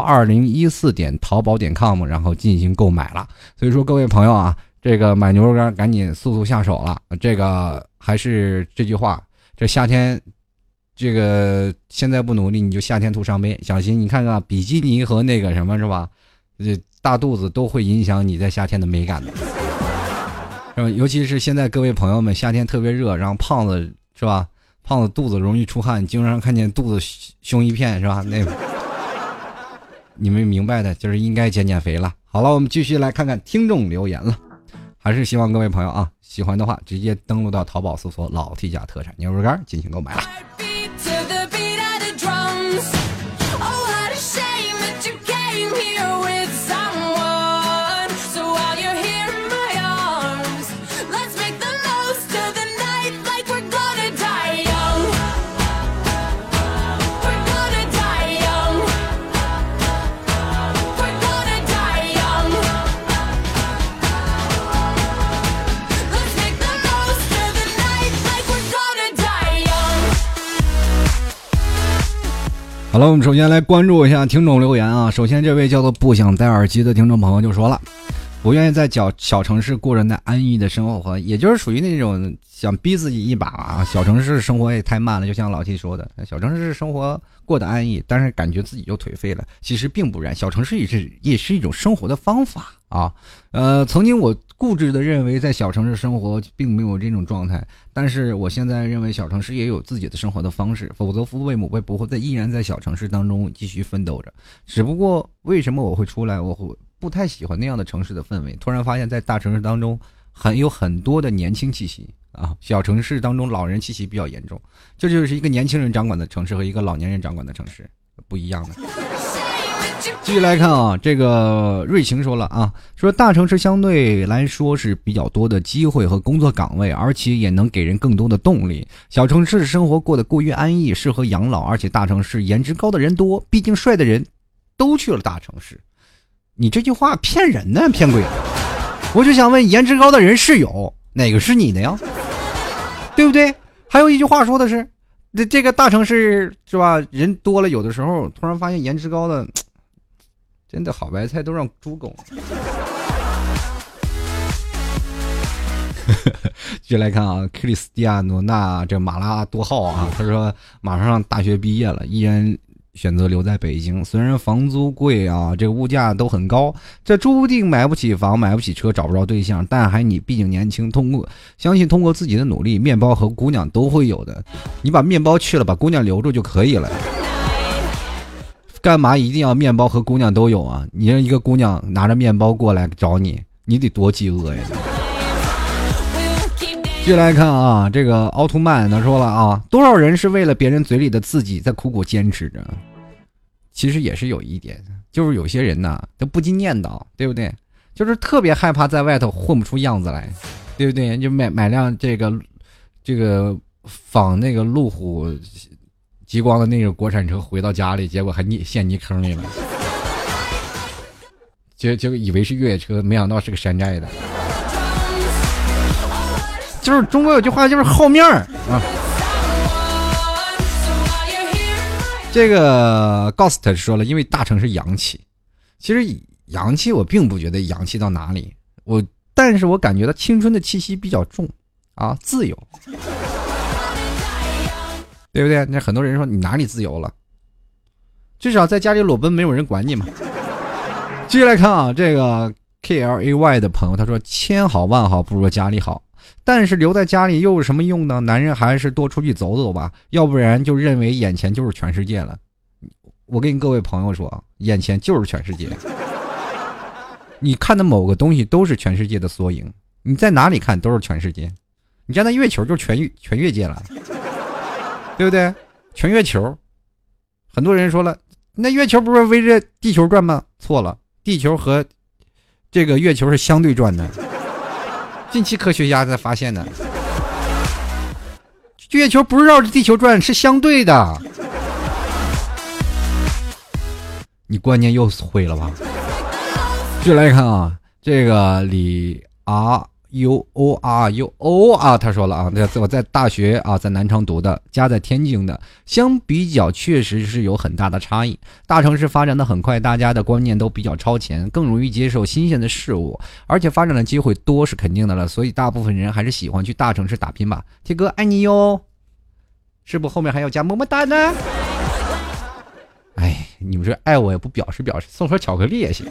2014.淘宝.com， 然后进行购买了。所以说各位朋友这个买牛肉干赶紧速下手了。这个还是这句话，这夏天这个现在不努力，你就夏天徒伤悲。小心你看看比基尼和那个什么是吧，大肚子都会影响你在夏天的美感的。尤其是现在各位朋友们，夏天特别热，然后胖子是吧，胖子肚子容易出汗，经常看见肚子胸一片是吧，那个你们明白的，就是应该减肥了。好了，我们继续来看看听众留言了。还是希望各位朋友喜欢的话，直接登录到淘宝搜索老 T 家特产牛肉干进行购买了。 好了，我们首先来关注一下听众留言啊。首先这位叫做不想戴耳机的听众朋友就说了，不愿意在小城市过着那安逸的生活，也就是属于那种想逼自己一把啊。小城市生活也太慢了，就像老 T 说的，小城市生活过得安逸，但是感觉自己就颓废了。其实并不然，小城市也是一种生活的方法啊。曾经我固执的认为在小城市生活并没有这种状态，但是我现在认为小城市也有自己的生活的方式，否则父辈母辈不会依然在小城市当中继续奋斗着。只不过为什么我会出来，我会不太喜欢那样的城市的氛围，突然发现在大城市当中有很多的年轻气息啊，小城市当中老人气息比较严重，这就是一个年轻人掌管的城市和一个老年人掌管的城市不一样的。继续来看啊，这个瑞晴说了啊，说大城市相对来说是比较多的机会和工作岗位，而且也能给人更多的动力。小城市生活过得过于安逸，适合养老，而且大城市颜值高的人多，毕竟帅的人都去了大城市。你这句话骗人呢，骗鬼！我就想问，颜值高的人是有哪个是你的呀？对不对？还有一句话说的是，这个大城市是吧，人多了，有的时候突然发现颜值高的真的好白菜都让猪拱。继续来看啊，克里斯蒂亚诺纳这马拉多号啊，他说马上大学毕业了，依然选择留在北京。虽然房租贵啊，这个物价都很高，这注定买不起房，买不起车，找不着对象，但你毕竟年轻，相信通过自己的努力，面包和姑娘都会有的。你把面包去了，把姑娘留住就可以了。干嘛一定要面包和姑娘都有啊？你让一个姑娘拿着面包过来找你，你得多饥饿呀！继续来看啊，这个奥特曼他说了啊，多少人是为了别人嘴里的自己在苦苦坚持着。其实也是有一点，就是有些人呢都不禁念叨，对不对？就是特别害怕在外头混不出样子来，对不对？就买辆这个仿那个路虎极光的那个国产车回到家里，结果还陷泥坑里了，结果以为是越野车，没想到是个山寨的。就是中国有句话，就是好面儿啊。这个 Ghost 说了，因为大城市洋气，其实洋气我并不觉得洋气到哪里，但是我感觉到青春的气息比较重啊，自由。对不对？那很多人说你哪里自由了？至少在家里裸奔没有人管你嘛。继续来看啊，这个 KLAY 的朋友他说，千好万好不如家里好，但是留在家里又有什么用呢？男人还是多出去走走吧，要不然就认为眼前就是全世界了。我跟各位朋友说，眼前就是全世界，你看的某个东西都是全世界的缩影，你在哪里看都是全世界。你站在月球就是全越界了，对不对？全月球，很多人说了，那月球不是围着地球转吗？错了，地球和这个月球是相对转的。近期科学家才发现的，月球不是绕着地球转，是相对的。你观念又毁了吧？继续来看啊，这个李UORUO 啊，他说了啊，我在大学啊，在南昌读的，家在天津的，相比较确实是有很大的差异。大城市发展的很快，大家的观念都比较超前，更容易接受新鲜的事物，而且发展的机会多是肯定的了，所以大部分人还是喜欢去大城市打拼吧。铁哥爱你哟，是不后面还要加么么哒呢？哎，你们这爱我也不表示，送盒巧克力也行。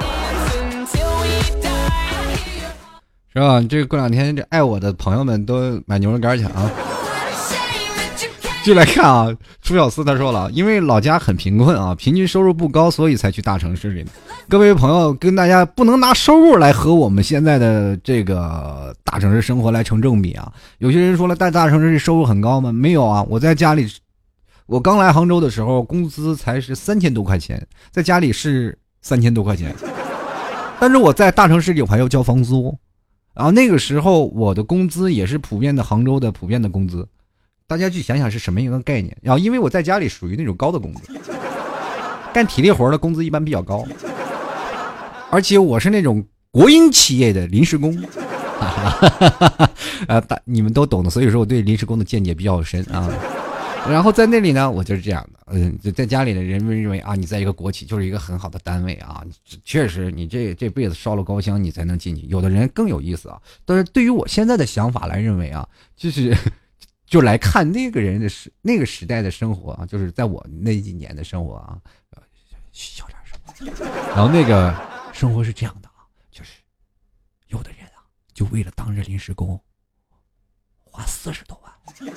是吧？这个过两天这爱我的朋友们都买牛肉干去啊！就来看啊，朱小四他说了，因为老家很贫困啊，平均收入不高，所以才去大城市里。各位朋友，跟大家不能拿收入来和我们现在的这个大城市生活来成正比啊！有些人说了，在大城市收入很高吗？没有啊！我在家里，我刚来杭州的时候，工资才是3000多块钱，在家里是3000多块钱，但是我在大城市里我还要交房租。然后那个时候我的工资也是普遍的杭州的普遍的工资，大家去想想是什么一个概念。然后因为我在家里属于那种高的工资，干体力活的工资一般比较高，而且我是那种国营企业的临时工，你们都懂的，所以说我对临时工的见解比较深啊。 然后在那里呢，我就是这样的，就在家里的人认为啊，你在一个国企就是一个很好的单位啊，确实你这辈子烧了高香你才能进去。有的人更有意思啊，但是对于我现在的想法来认为啊，就来看那个人的那个时代的生活啊，就是在我那几年的生活啊，小点声。然后那个生活是这样的啊，就是有的人啊，就为了当这临时工，花40多万。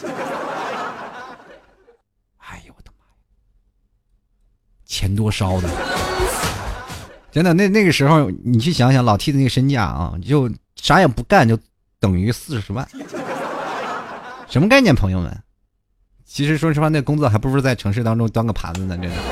哎呦我的妈呀，钱多烧的，真的那个时候你去想想老 T 的那个身价啊，就啥也不干就等于40万，什么概念，朋友们？其实说实话，那工作还不如在城市当中端个盘子呢，真的。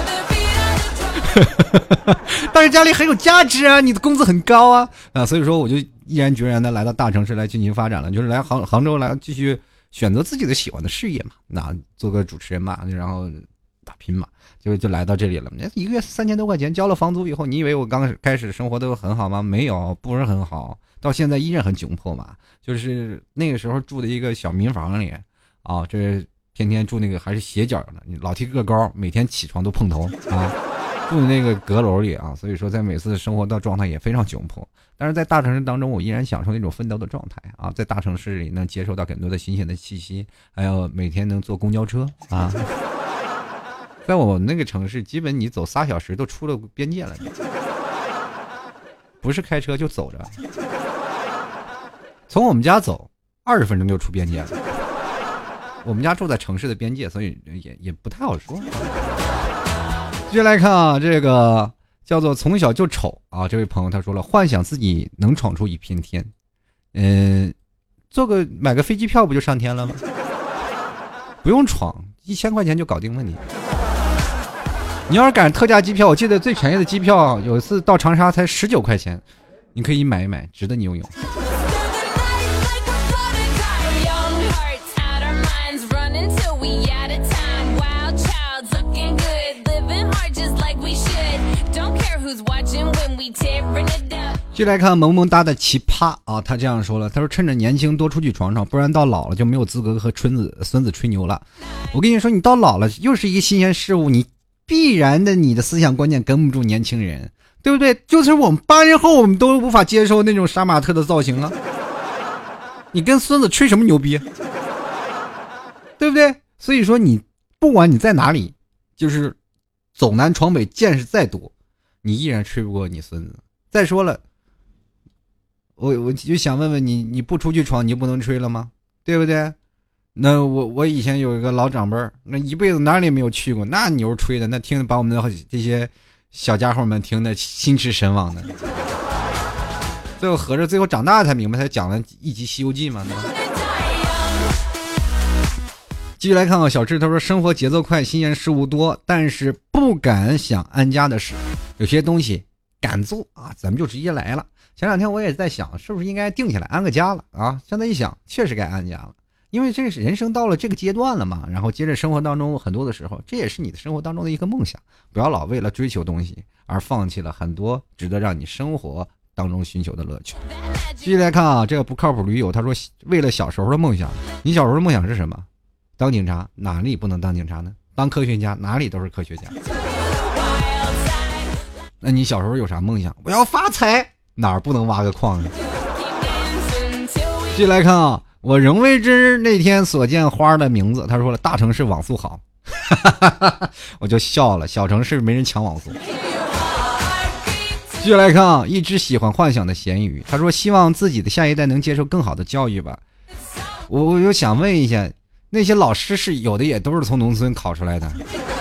但是家里很有价值啊，你的工资很高啊，所以说我就毅然决然的来到大城市来进行发展了，就是来杭州来继续选择自己的喜欢的事业嘛，那做个主持人嘛，然后打拼嘛，就来到这里了。一个月3000多块钱，交了房租以后，你以为我刚开始生活都很好吗？没有，不是很好，到现在依然很窘迫嘛。就是那个时候住的一个小民房里啊，这天天住那个还是斜角的，老提个高，每天起床都碰头啊，住的那个阁楼里啊，所以说在每次生活的状态也非常窘迫。但是在大城市当中，我依然享受那种奋斗的状态啊，在大城市里能接受到很多的新鲜的气息，还有每天能坐公交车啊。在我那个城市，基本你走3小时都出了边界了，不是开车就走着。从我们家走20分钟就出边界了。我们家住在城市的边界，所以也不太好说。接下来看啊，这个叫做从小就丑啊，这位朋友他说了，幻想自己能闯出一片天，买个飞机票不就上天了吗？不用闯，1000块钱就搞定问题。你要是赶特价机票，我记得最便宜的机票有一次到长沙才19块钱，你可以买一买，值得你拥有。继续来看萌萌哒的奇葩啊，他这样说了，他说趁着年轻多出去闯闯，不然到老了就没有资格和孙子吹牛了。我跟你说，你到老了又是一个新鲜事物，你必然的你的思想观念跟不住年轻人，对不对？就是我们80后，我们都无法接受那种杀马特的造型啊，你跟孙子吹什么牛逼，对不对？所以说你不管你在哪里，就是走南闯北，见识再多，你依然吹不过你孙子。再说了，我就想问问你，你不出去闯，你就不能吹了吗？对不对？那我以前有一个老长辈，那一辈子哪里没有去过，那牛吹的，那听把我们的这些小家伙们听得心驰神往的。最后合着最后长大才明白，才讲了一集《西游记》嘛。继续来看啊，小智他说，生活节奏快，新鲜事物多，但是不敢想安家的事，有些东西敢做啊，咱们就直接来了。前两天我也在想，是不是应该定下来安个家了啊？现在一想，确实该安家了，因为这是人生到了这个阶段了嘛。然后接着生活当中很多的时候，这也是你的生活当中的一个梦想，不要老为了追求东西而放弃了很多值得让你生活当中寻求的乐趣。继续来看啊，这个不靠谱驴友他说，为了小时候的梦想，你小时候的梦想是什么？当警察，哪里不能当警察呢？当科学家，哪里都是科学家。那你小时候有啥梦想？我要发财，哪儿不能挖个矿呢？继续来看啊，我仍未知那天所见花的名字。他说了，大城市网速好，我就笑了，小城市没人抢网速。继续来看啊，一只喜欢幻想的咸鱼，他说希望自己的下一代能接受更好的教育吧。我就想问一下，那些老师是有的也都是从农村考出来的。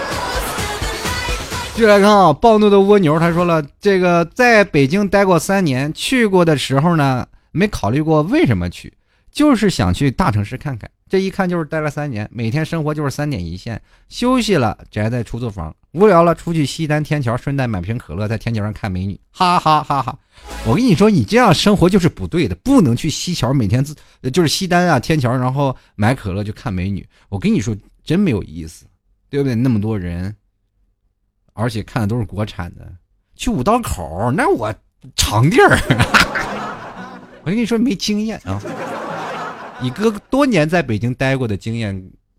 继续来看啊，暴怒的蜗牛他说了，这个在北京待过3年，去过的时候呢没考虑过为什么去，就是想去大城市看看，这一看就是待了3年，每天生活就是3点一线，休息了宅在出租房，无聊了出去西单天桥，顺带买瓶可乐，在天桥上看美女，哈哈哈哈。我跟你说，你这样生活就是不对的，不能去西桥，每天就是西单啊天桥，然后买可乐就看美女，我跟你说真没有意思，对不对？那么多人，而且看的都是国产的，去五道口那我场地儿我跟你说没经验啊，你哥多年在北京待过的经验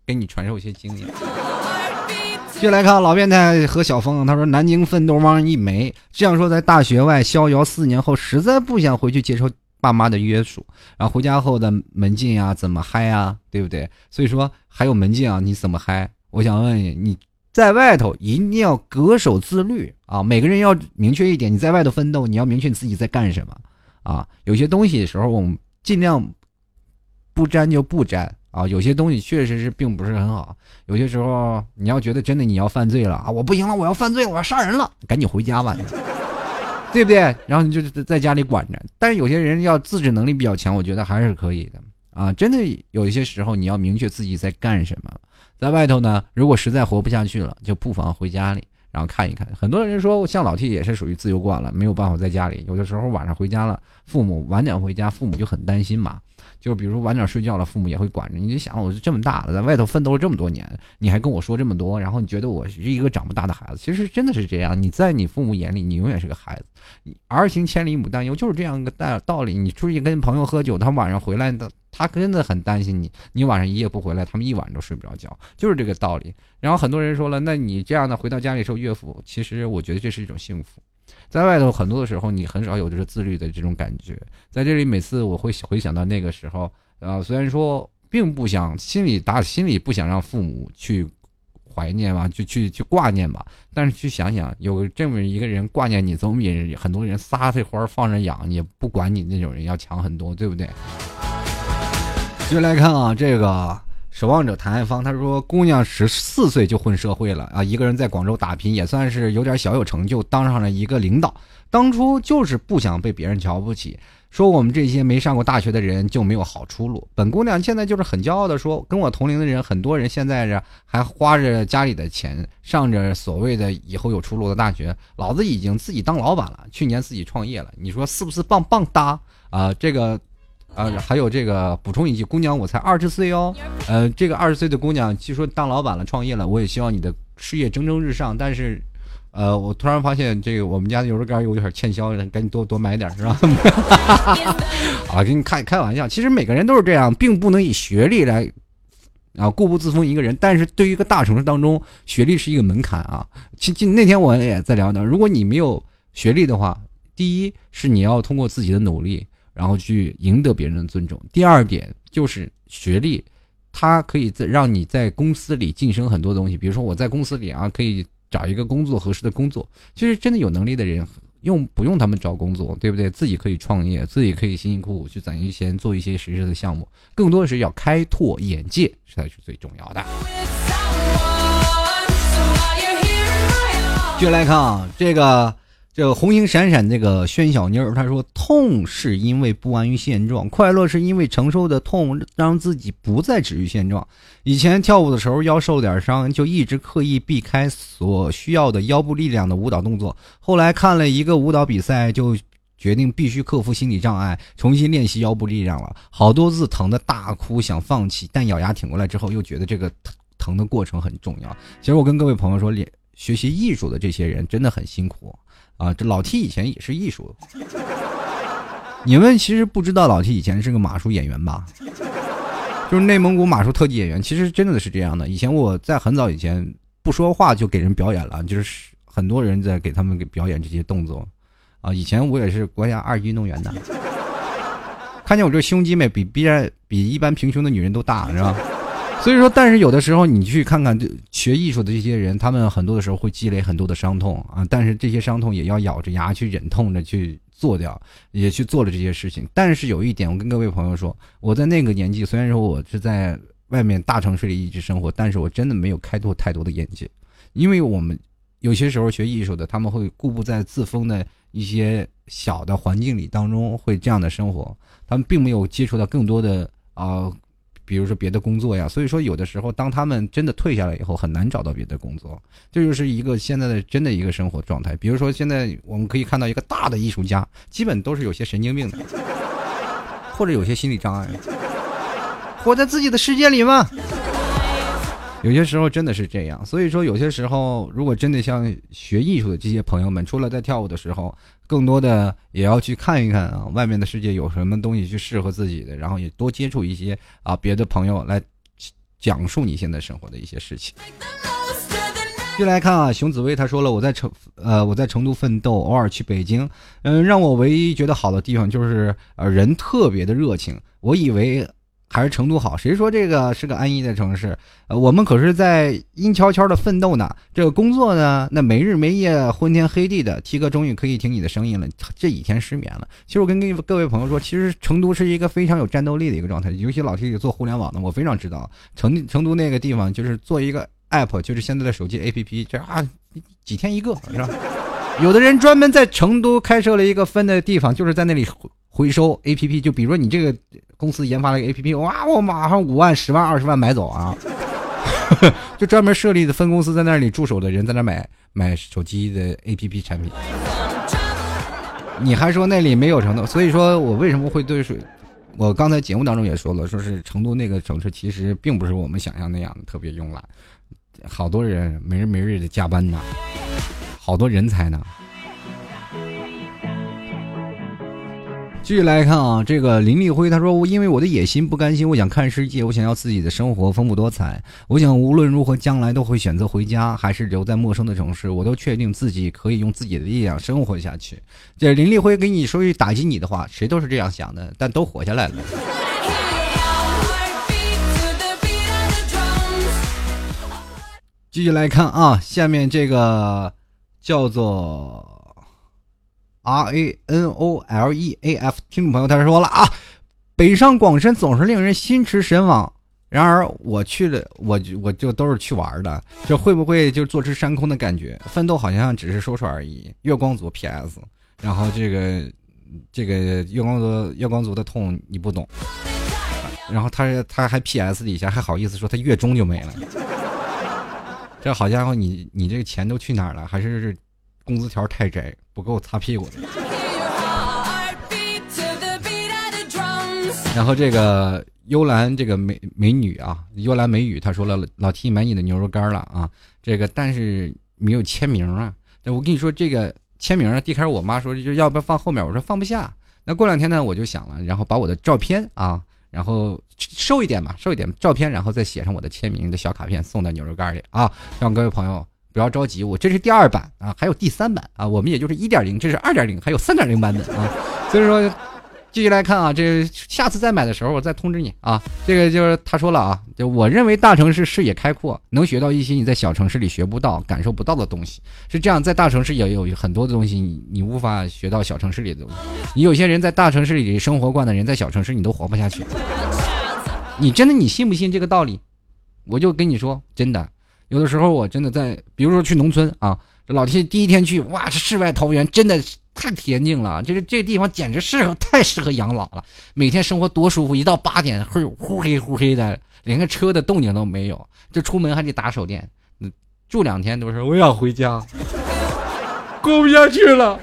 给你传授一些经验。接来看老变态和小峰，他说南京奋斗汪一枚，这样说在大学外逍遥4年后，实在不想回去接受爸妈的约束，然后回家后的门禁啊怎么嗨啊，对不对？所以说还有门禁啊，你怎么嗨？我想问你在外头一定要恪守自律啊，每个人要明确一点，你在外头奋斗，你要明确你自己在干什么啊。有些东西的时候我们尽量不沾就不沾啊，有些东西确实是并不是很好。有些时候你要觉得真的你要犯罪了啊，我不行了，我要犯罪了，我要杀人了，赶紧回家吧，对不对？然后你就在家里管着。但是有些人要自制能力比较强，我觉得还是可以的啊。真的有一些时候你要明确自己在干什么。在外头呢，如果实在活不下去了，就不妨回家里然后看一看。很多人说像老 T 也是属于自由惯了，没有办法在家里，有的时候晚上回家了，父母晚点回家，父母就很担心嘛。就比如说晚点睡觉了，父母也会管着。你就想我是这么大了，在外头奋斗了这么多年，你还跟我说这么多，然后你觉得我是一个长不大的孩子。其实真的是这样，你在你父母眼里，你永远是个孩子。儿行千里母担忧，就是这样一个道理。你出去跟朋友喝酒，他晚上回来的，他真的很担心你。你晚上一夜不回来，他们一晚上都睡不着觉，就是这个道理。然后很多人说了，那你这样的回到家里受岳父，其实我觉得这是一种幸福。在外头很多的时候，你很少有这个自律的这种感觉。在这里，每次我会回想到那个时候，虽然说并不想心里不想让父母去怀念吧，就去挂念吧，但是去想想，有这么一个人挂念你，总比很多人撒这花放着养也不管你那种人要强很多，对不对？接下来看啊，这个守望者谭爱芳，他说姑娘14岁就混社会了啊，一个人在广州打拼，也算是有点小有成就，当上了一个领导。当初就是不想被别人瞧不起，说我们这些没上过大学的人就没有好出路。本姑娘现在就是很骄傲的说，跟我同龄的人，很多人现在还花着家里的钱上着所谓的以后有出路的大学，老子已经自己当老板了，去年自己创业了，你说是不是棒棒哒啊？这个还有这个补充一句，姑娘我才20岁哦，这个20岁的姑娘据说当老板了，创业了，我也希望你的事业蒸蒸日上。但是我突然发现这个我们家的油干有点欠销，赶紧多买点是吧？啊，跟你开玩笑，其实每个人都是这样，并不能以学历来固步自封一个人。但是对于一个大城市当中，学历是一个门槛啊。那天我也在聊呢，如果你没有学历的话，第一是你要通过自己的努力，然后去赢得别人的尊重。第二点就是学历，它可以让你在公司里晋升很多东西。比如说我在公司里可以找一个工作合适的工作。其实真的有能力的人不用他们找工作，对不对？自己可以创业，自己可以辛辛苦苦去攒一些钱，做一些实质的项目。更多的是要开拓眼界，才是最重要的。接下来看啊，这个红星闪闪这个宣小妞，她说痛是因为不安于现状，快乐是因为承受的痛让自己不再止于现状。以前跳舞的时候腰受点伤，就一直刻意避开所需要的腰部力量的舞蹈动作，后来看了一个舞蹈比赛，就决定必须克服心理障碍，重新练习腰部力量了。好多次疼得大哭想放弃，但咬牙挺过来之后又觉得这个疼的过程很重要。其实我跟各位朋友说，学习艺术的这些人真的很辛苦啊！这老 T 以前也是艺术，你们其实不知道老 T 以前是个马术演员吧？就是内蒙古马术特技演员。其实真的是这样的，以前我在很早以前不说话就给人表演了，就是很多人在给他们表演这些动作啊。以前我也是国家2级运动员的，看见我这胸肌没比一般平胸的女人都大，是吧？所以说，但是有的时候你去看看学艺术的这些人，他们很多的时候会积累很多的伤痛啊，但是这些伤痛也要咬着牙去忍痛的去做掉，也去做了这些事情。但是有一点，我跟各位朋友说，我在那个年纪，虽然说我是在外面大城市里一直生活，但是我真的没有开拓太多的眼界，因为我们有些时候学艺术的，他们会固步在自封的一些小的环境里当中会这样的生活，他们并没有接触到更多的比如说别的工作呀，所以说有的时候当他们真的退下来以后，很难找到别的工作。这就是一个现在的真的一个生活状态。比如说现在我们可以看到一个大的艺术家，基本都是有些神经病的，或者有些心理障碍，活在自己的世界里嘛。有些时候真的是这样，所以说有些时候如果真的像学艺术的这些朋友们，除了在跳舞的时候，更多的也要去看一看外面的世界有什么东西去适合自己的，然后也多接触一些别的朋友来讲述你现在生活的一些事情。继续来看啊，熊紫薇他说了，我在成都奋斗，偶尔去北京，让我唯一觉得好的地方就是人特别的热情。我以为还是成都好，谁说这个是个安逸的城市？我们可是在阴悄悄的奋斗呢。这个工作呢，那没日没夜，昏天黑地的。T 哥终于可以听你的声音了，这几天失眠了。其实我跟各位朋友说，其实成都是一个非常有战斗力的一个状态，尤其老 T 做互联网的，我非常知道成都那个地方就是做一个 app， 就是现在的手机 app， 这几天一个，是吧？有的人专门在成都开设了一个分的地方，就是在那里回收 app， 就比如说你这个公司研发了一个 app， 哇，我马上5万、10万、20万买走啊！就专门设立的分公司在那里驻守的人在那买手机的 app 产品。你还说那里没有成都，所以说我为什么会我刚才节目当中也说了，说是成都那个城市其实并不是我们想象那样的特别慵懒，好多人没日没日的加班呢，好多人才呢。继续来看啊，这个林立辉他说，因为我的野心不甘心，我想看世界，我想要自己的生活丰富多彩，我想无论如何将来都会选择回家还是留在陌生的城市，我都确定自己可以用自己的力量生活下去。这林立辉给你说句打击你的话，谁都是这样想的，但都活下来了。继续来看啊，下面这个叫做RANOLEAF 听众朋友他说了啊，北上广深总是令人心驰神往，然而我去了，我就都是去玩的，这会不会就坐吃山空的感觉？奋斗好像只是说说而已。月光族 PS， 然后这个月光族的痛你不懂，然后他还 PS 底下还好意思说他月中就没了，这好家伙，你这个钱都去哪儿了？还是工资条太窄，不够擦屁股的。然后这个幽兰这个美女啊，幽兰美语她说了，老 T 买你的牛肉干了啊，这个但是没有签名啊。我跟你说这个签名啊，一开始我妈说就要不要放后面，我说放不下。那过2天呢，我就想了，然后把我的照片啊，然后收一点照片，然后再写上我的签名的小卡片送到牛肉干里啊，让各位朋友不要着急，我这是第2版啊，还有第3版啊，我们也就是 1.0， 这是 2.0， 还有 3.0 版本啊。所以说继续来看啊，这下次再买的时候我再通知你啊。这个就是他说了啊，就我认为大城市视野开阔，能学到一些你在小城市里学不到、感受不到的东西。是这样，在大城市也有很多的东西你无法学到小城市里的东西。你有些人在大城市里生活惯的人，在小城市你都活不下去。你真的你信不信这个道理？我就跟你说，真的。有的时候我真的在，比如说去农村啊，这老天第一天去，哇，这世外桃源真的太恬静了，这个地方简直太适合养老了，每天生活多舒服，一到8点呼黑的，连个车的动静都没有，这出门还得打手电，住2天都是我想回家，过不下去了，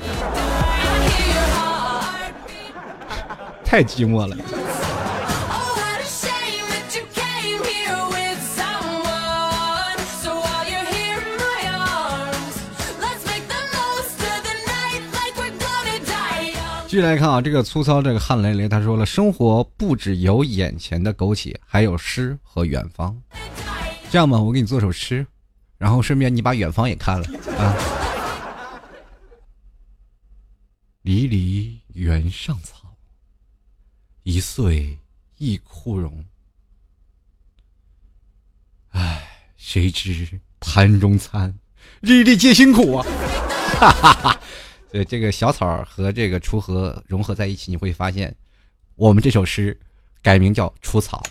太寂寞了。继续来看啊，这个粗糙这个汗雷雷他说了，生活不只有眼前的苟且，还有诗和远方。这样吧，我给你做首诗，然后顺便你把远方也看了啊。离离原上草，一岁一枯荣。唉，谁知盘中餐，粒粒皆辛苦啊！哈哈哈。这个小草和这个锄禾融合在一起，你会发现我们这首诗改名叫锄草，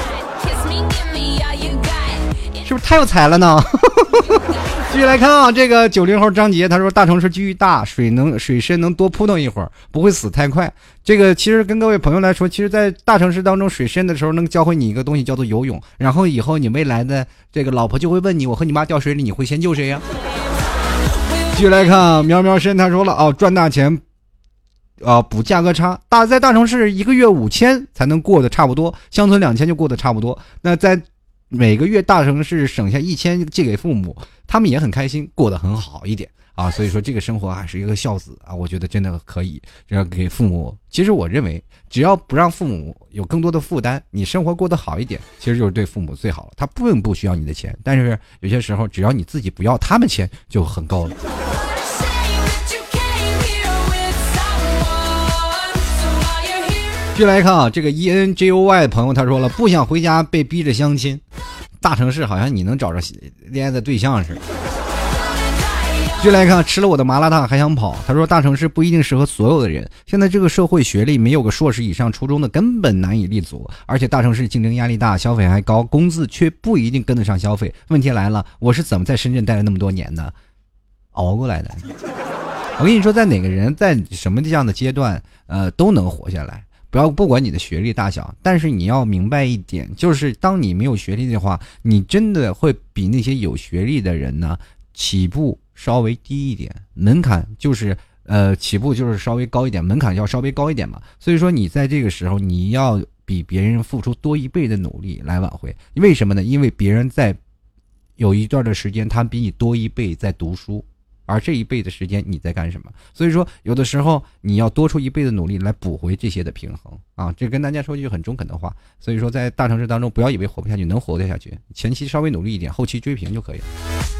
是不是太有才了呢？继续来看啊，这个90后张杰他说，大城市机遇大，水深能多扑腾一会儿，不会死太快。这个其实跟各位朋友来说，其实在大城市当中水深的时候能教会你一个东西叫做游泳，然后以后你未来的这个老婆就会问你，我和你妈掉水里你会先救谁呀？继续来看苗苗深他说了，哦，赚大钱补价格差，在大城市1个月5000才能过得差不多，乡村2000就过得差不多。那在每个月大城市省下1000寄给父母，他们也很开心，过得很好一点啊，所以说这个生活还是一个孝子啊，我觉得真的可以，这样给父母。其实我认为，只要不让父母有更多的负担，你生活过得好一点，其实就是对父母最好了。他并不需要你的钱，但是有些时候只要你自己不要他们钱，就很高了。继续来看啊，这个 ENJOY 的朋友他说了，不想回家被逼着相亲，大城市好像你能找着恋爱的对象似的。继续来看，吃了我的麻辣烫还想跑。他说大城市不一定适合所有的人，现在这个社会学历没有个硕士以上初中的根本难以立足，而且大城市竞争压力大，消费还高，工资却不一定跟得上消费。问题来了，我是怎么在深圳待了那么多年的，熬过来的。我跟你说，在哪个人在什么这样的阶段都能活下来，不管你的学历大小，但是你要明白一点，就是当你没有学历的话，你真的会比那些有学历的人呢起步稍微低一点，门槛就是起步就是稍微高一点，门槛要稍微高一点嘛。所以说你在这个时候你要比别人付出多1倍的努力来挽回。为什么呢？因为别人在有一段的时间他比你多1倍在读书，而这1倍的时间你在干什么？所以说有的时候你要多出1倍的努力来补回这些的平衡啊！这跟大家说一句很中肯的话。所以说在大城市当中，不要以为活不下去，能活得下去，前期稍微努力一点，后期追平就可以了。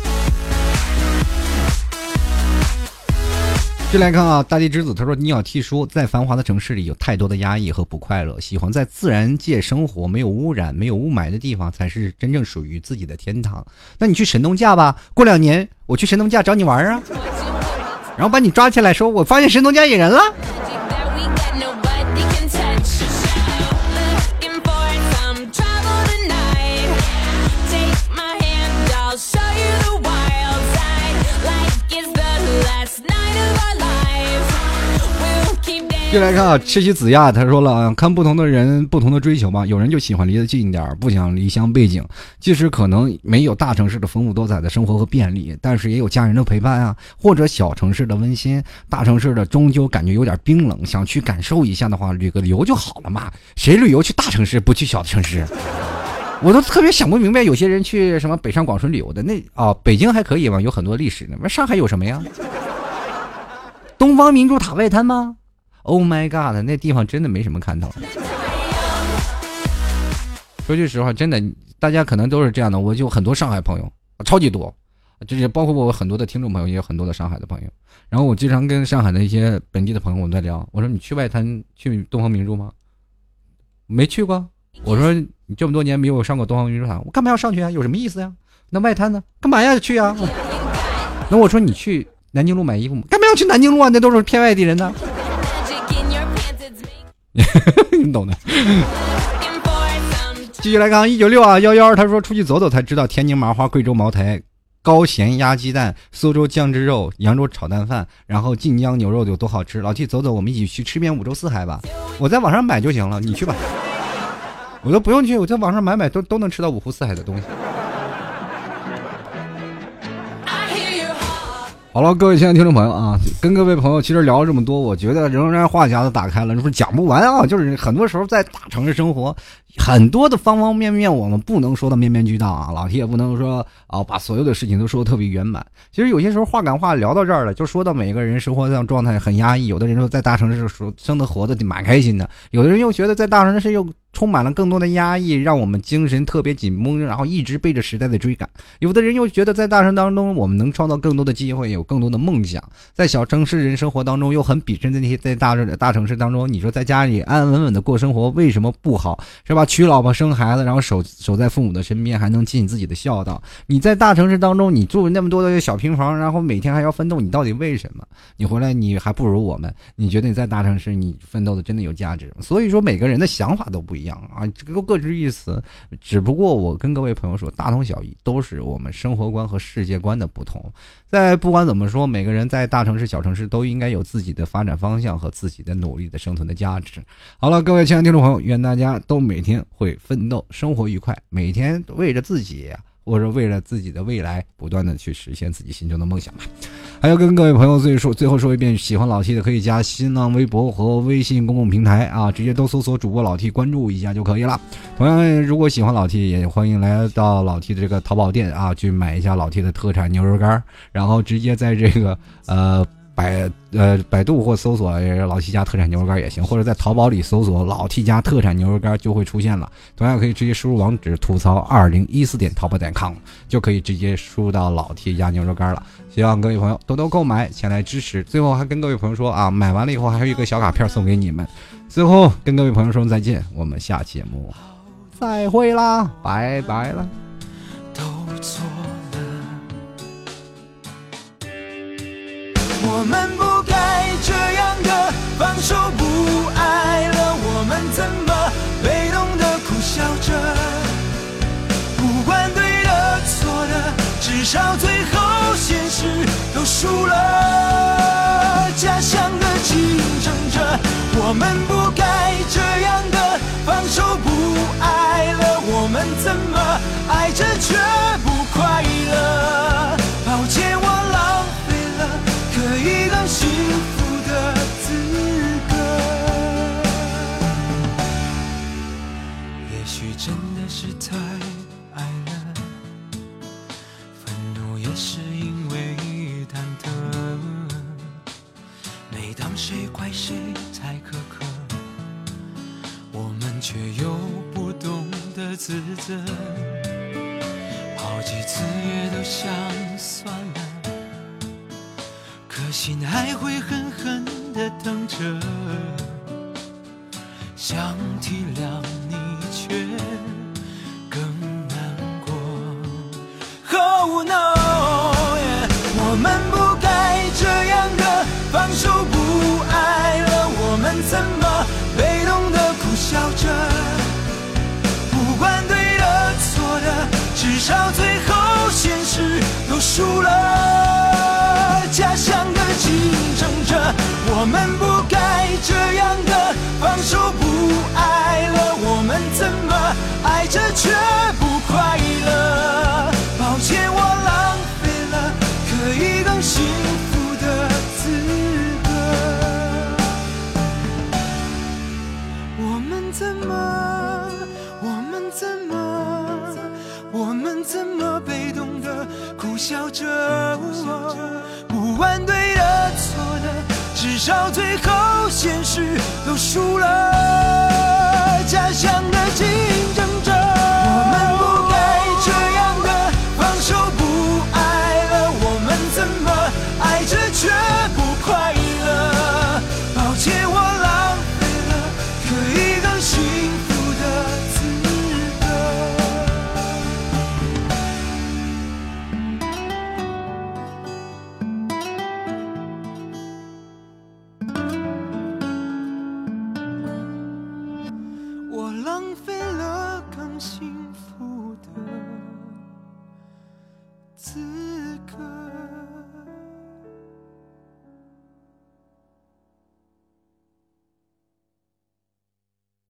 继续来看啊，大地之子他说，你要替说，在繁华的城市里有太多的压抑和不快乐，喜欢在自然界生活，没有污染没有雾霾的地方才是真正属于自己的天堂。那你去神农架吧，过2年我去神农架找你玩啊，然后把你抓起来说，我发现神农架野人了。就来看啊，吃起子亚他说了，看不同的人不同的追求吧，有人就喜欢离得近一点，不想离乡背井，即使可能没有大城市的丰富多彩的生活和便利，但是也有家人的陪伴啊，或者小城市的温馨，大城市的终究感觉有点冰冷，想去感受一下的话，旅个游就好了嘛，谁旅游去大城市不去小城市？我都特别想不明白，有些人去什么北上广深旅游的，那北京还可以嘛，有很多历史呢，上海有什么呀？东方明珠塔外滩吗？Oh my god， 那地方真的没什么看头。说句实话，真的，大家可能都是这样的。我就很多上海朋友，超级多，就是包括我很多的听众朋友，也有很多的上海的朋友。然后我经常跟上海的一些本地的朋友我们在聊，我说你去外滩去东方明珠吗？没去过。我说你这么多年没有上过东方明珠塔，我干嘛要上去啊？有什么意思呀？那外滩呢？干嘛要去啊？那我说你去南京路买衣服吗？干嘛要去南京路啊？那都是偏外地人呢。你懂的。继续来看196啊11，他说出去走走才知道天津麻花、贵州茅台、高咸鸭鸡蛋、苏州酱汁肉、扬州炒蛋饭，然后晋江牛肉有多好吃。老 T 走走，我们一起去吃遍5洲4海吧。我在网上买就行了，你去吧。我都不用去，我在网上买都能吃到5湖4海的东西。好了，各位亲爱的听众朋友啊，跟各位朋友其实聊了这么多，我觉得仍然话匣子打开了，是不是讲不完啊？就是很多时候在大城市生活，很多的方方面面我们不能说的面面俱到啊，老 T 也不能说把所有的事情都说的特别圆满。其实有些时候话赶话聊到这儿了，就说到每个人生活上状态很压抑，有的人说在大城市生的活的蛮开心的，有的人又觉得在大城市又充满了更多的压抑，让我们精神特别紧绷，然后一直背着时代的追赶。有的人又觉得在大城市当中我们能创造更多的机会，有更多的梦想。在小城市人生活当中又很鄙视那些在大城市当中，你说在家里安安稳稳的过生活为什么不好，是吧？娶老婆生孩子，然后守在父母的身边，还能尽自己的孝道。你在大城市当中你住那么多的小平房，然后每天还要奋斗，你到底为什么？你回来你还不如我们，你觉得你在大城市你奋斗的真的有价值吗？所以说每个人的想法都不一样啊，这个各执一词。只不过我跟各位朋友说，大同小异，都是我们生活观和世界观的不同。在不管怎么说，每个人在大城市小城市都应该有自己的发展方向和自己的努力的生存的价值。好了，各位亲爱的听众朋友，愿大家都每天会奋斗，生活愉快，每天为着自己或者为了自己的未来不断的去实现自己心中的梦想吧。还有跟各位朋友最后说一遍，喜欢老 T 的可以加新浪微博和微信公共平台啊，直接都搜索主播老 T 关注一下就可以了。同样，如果喜欢老 T， 也欢迎来到老 T 的这个淘宝店啊，去买一下老 T 的特产牛肉干，然后直接在这个百度或搜索老 T 家特产牛肉干也行，或者在淘宝里搜索老 T 家特产牛肉干就会出现了。同样可以直接输入网址吐槽2014淘宝.com， 就可以直接输入到老 T 家牛肉干了。希望各位朋友多多购买，前来支持。最后还跟各位朋友说啊，买完了以后还有一个小卡片送给你们。最后跟各位朋友说再见，我们下期节目再会啦，拜拜了。 都错了，我们不该这样的放手不爱了，我们怎么被动的苦笑着？不管对的错的，至少最后现实都输了。假想的竞争着，我们不该这样的放手不爱了，我们怎么爱着却不快乐？抱歉，我浪费了可以更幸福的资格。也许真的是太爱了，愤怒也是因为忐忑。每当谁怪谁才苛刻，我们却又不懂得自责。好几次也都想算了，可心还会狠狠地疼着。想体谅你却更难过。Oh no， 我们不该这样的放手不爱了，我们怎么被动的苦笑着？不管对的错的，至少最后现实都输了。假想的竞争着，我们不该这样的放手不爱了，我们怎么爱着却不快乐？抱歉，我浪费了可以更幸福的资格。我们怎么被动的苦笑着？不管对的错的，至少最后现实都输了。